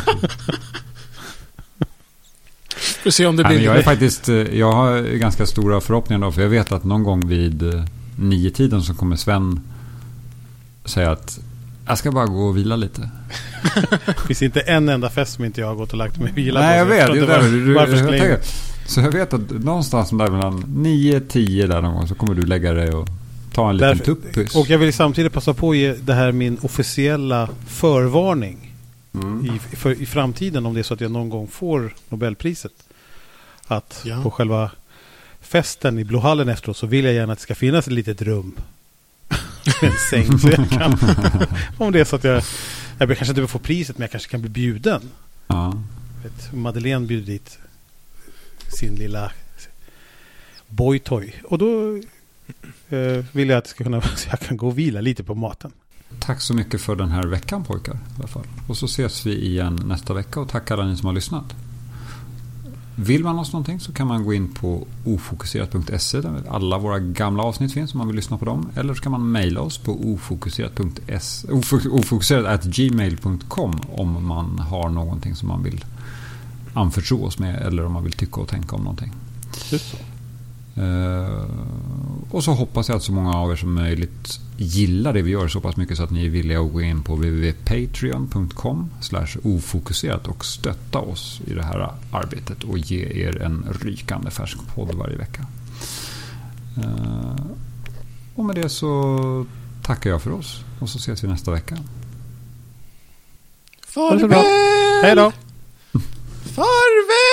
Vi se om det blir. Nej, men jag är faktiskt, jag har ganska stora förhoppningar då, för jag vet att någon gång vid nio tiden så kommer Sven säga att jag ska bara gå och vila lite. Det finns inte en enda fest som inte jag har gått och lagt mig och vila. Nej, jag vet. Jag var, du, jag tänker, så jag vet att någonstans där mellan nio tio där någon gång så kommer du lägga dig och ta en liten Därför, tuppis. Och jag vill samtidigt passa på att ge det här min officiella förvarning mm. i, för, i framtiden om det är så att jag någon gång får Nobelpriset. Att ja. På själva festen i Blåhallen efteråt så vill jag gärna att det ska finnas ett litet rum. En säng så jag kan om det är så att jag jag kanske inte får priset men jag kanske kan bli bjuden. Ja. Vet, Madeleine bjuder dit sin lilla boytoy och då eh, vill jag att det ska kunna så jag kan gå och vila lite på maten. Tack så mycket för den här veckan pojkar i alla fall. Och så ses vi igen nästa vecka och tack alla ni som har lyssnat. Vill man oss någonting så kan man gå in på ofokuserat punkt se där alla våra gamla avsnitt finns om man vill lyssna på dem. Eller så kan man mejla oss på ofokuserat punkt se ofokuserat at gmail punkt com om man har någonting som man vill anförtro oss med eller om man vill tycka och tänka om någonting. Just så. Uh, och så hoppas jag att så många av er som möjligt gillar det vi gör så pass mycket så att ni är villiga att gå in på w w w punkt patreon punkt com slash ofokuserat och stötta oss i det här arbetet och ge er en rykande färsk podd varje vecka. Uh, och med det så tackar jag för oss och så ses vi nästa vecka. Farväl! Hej då! Farväl!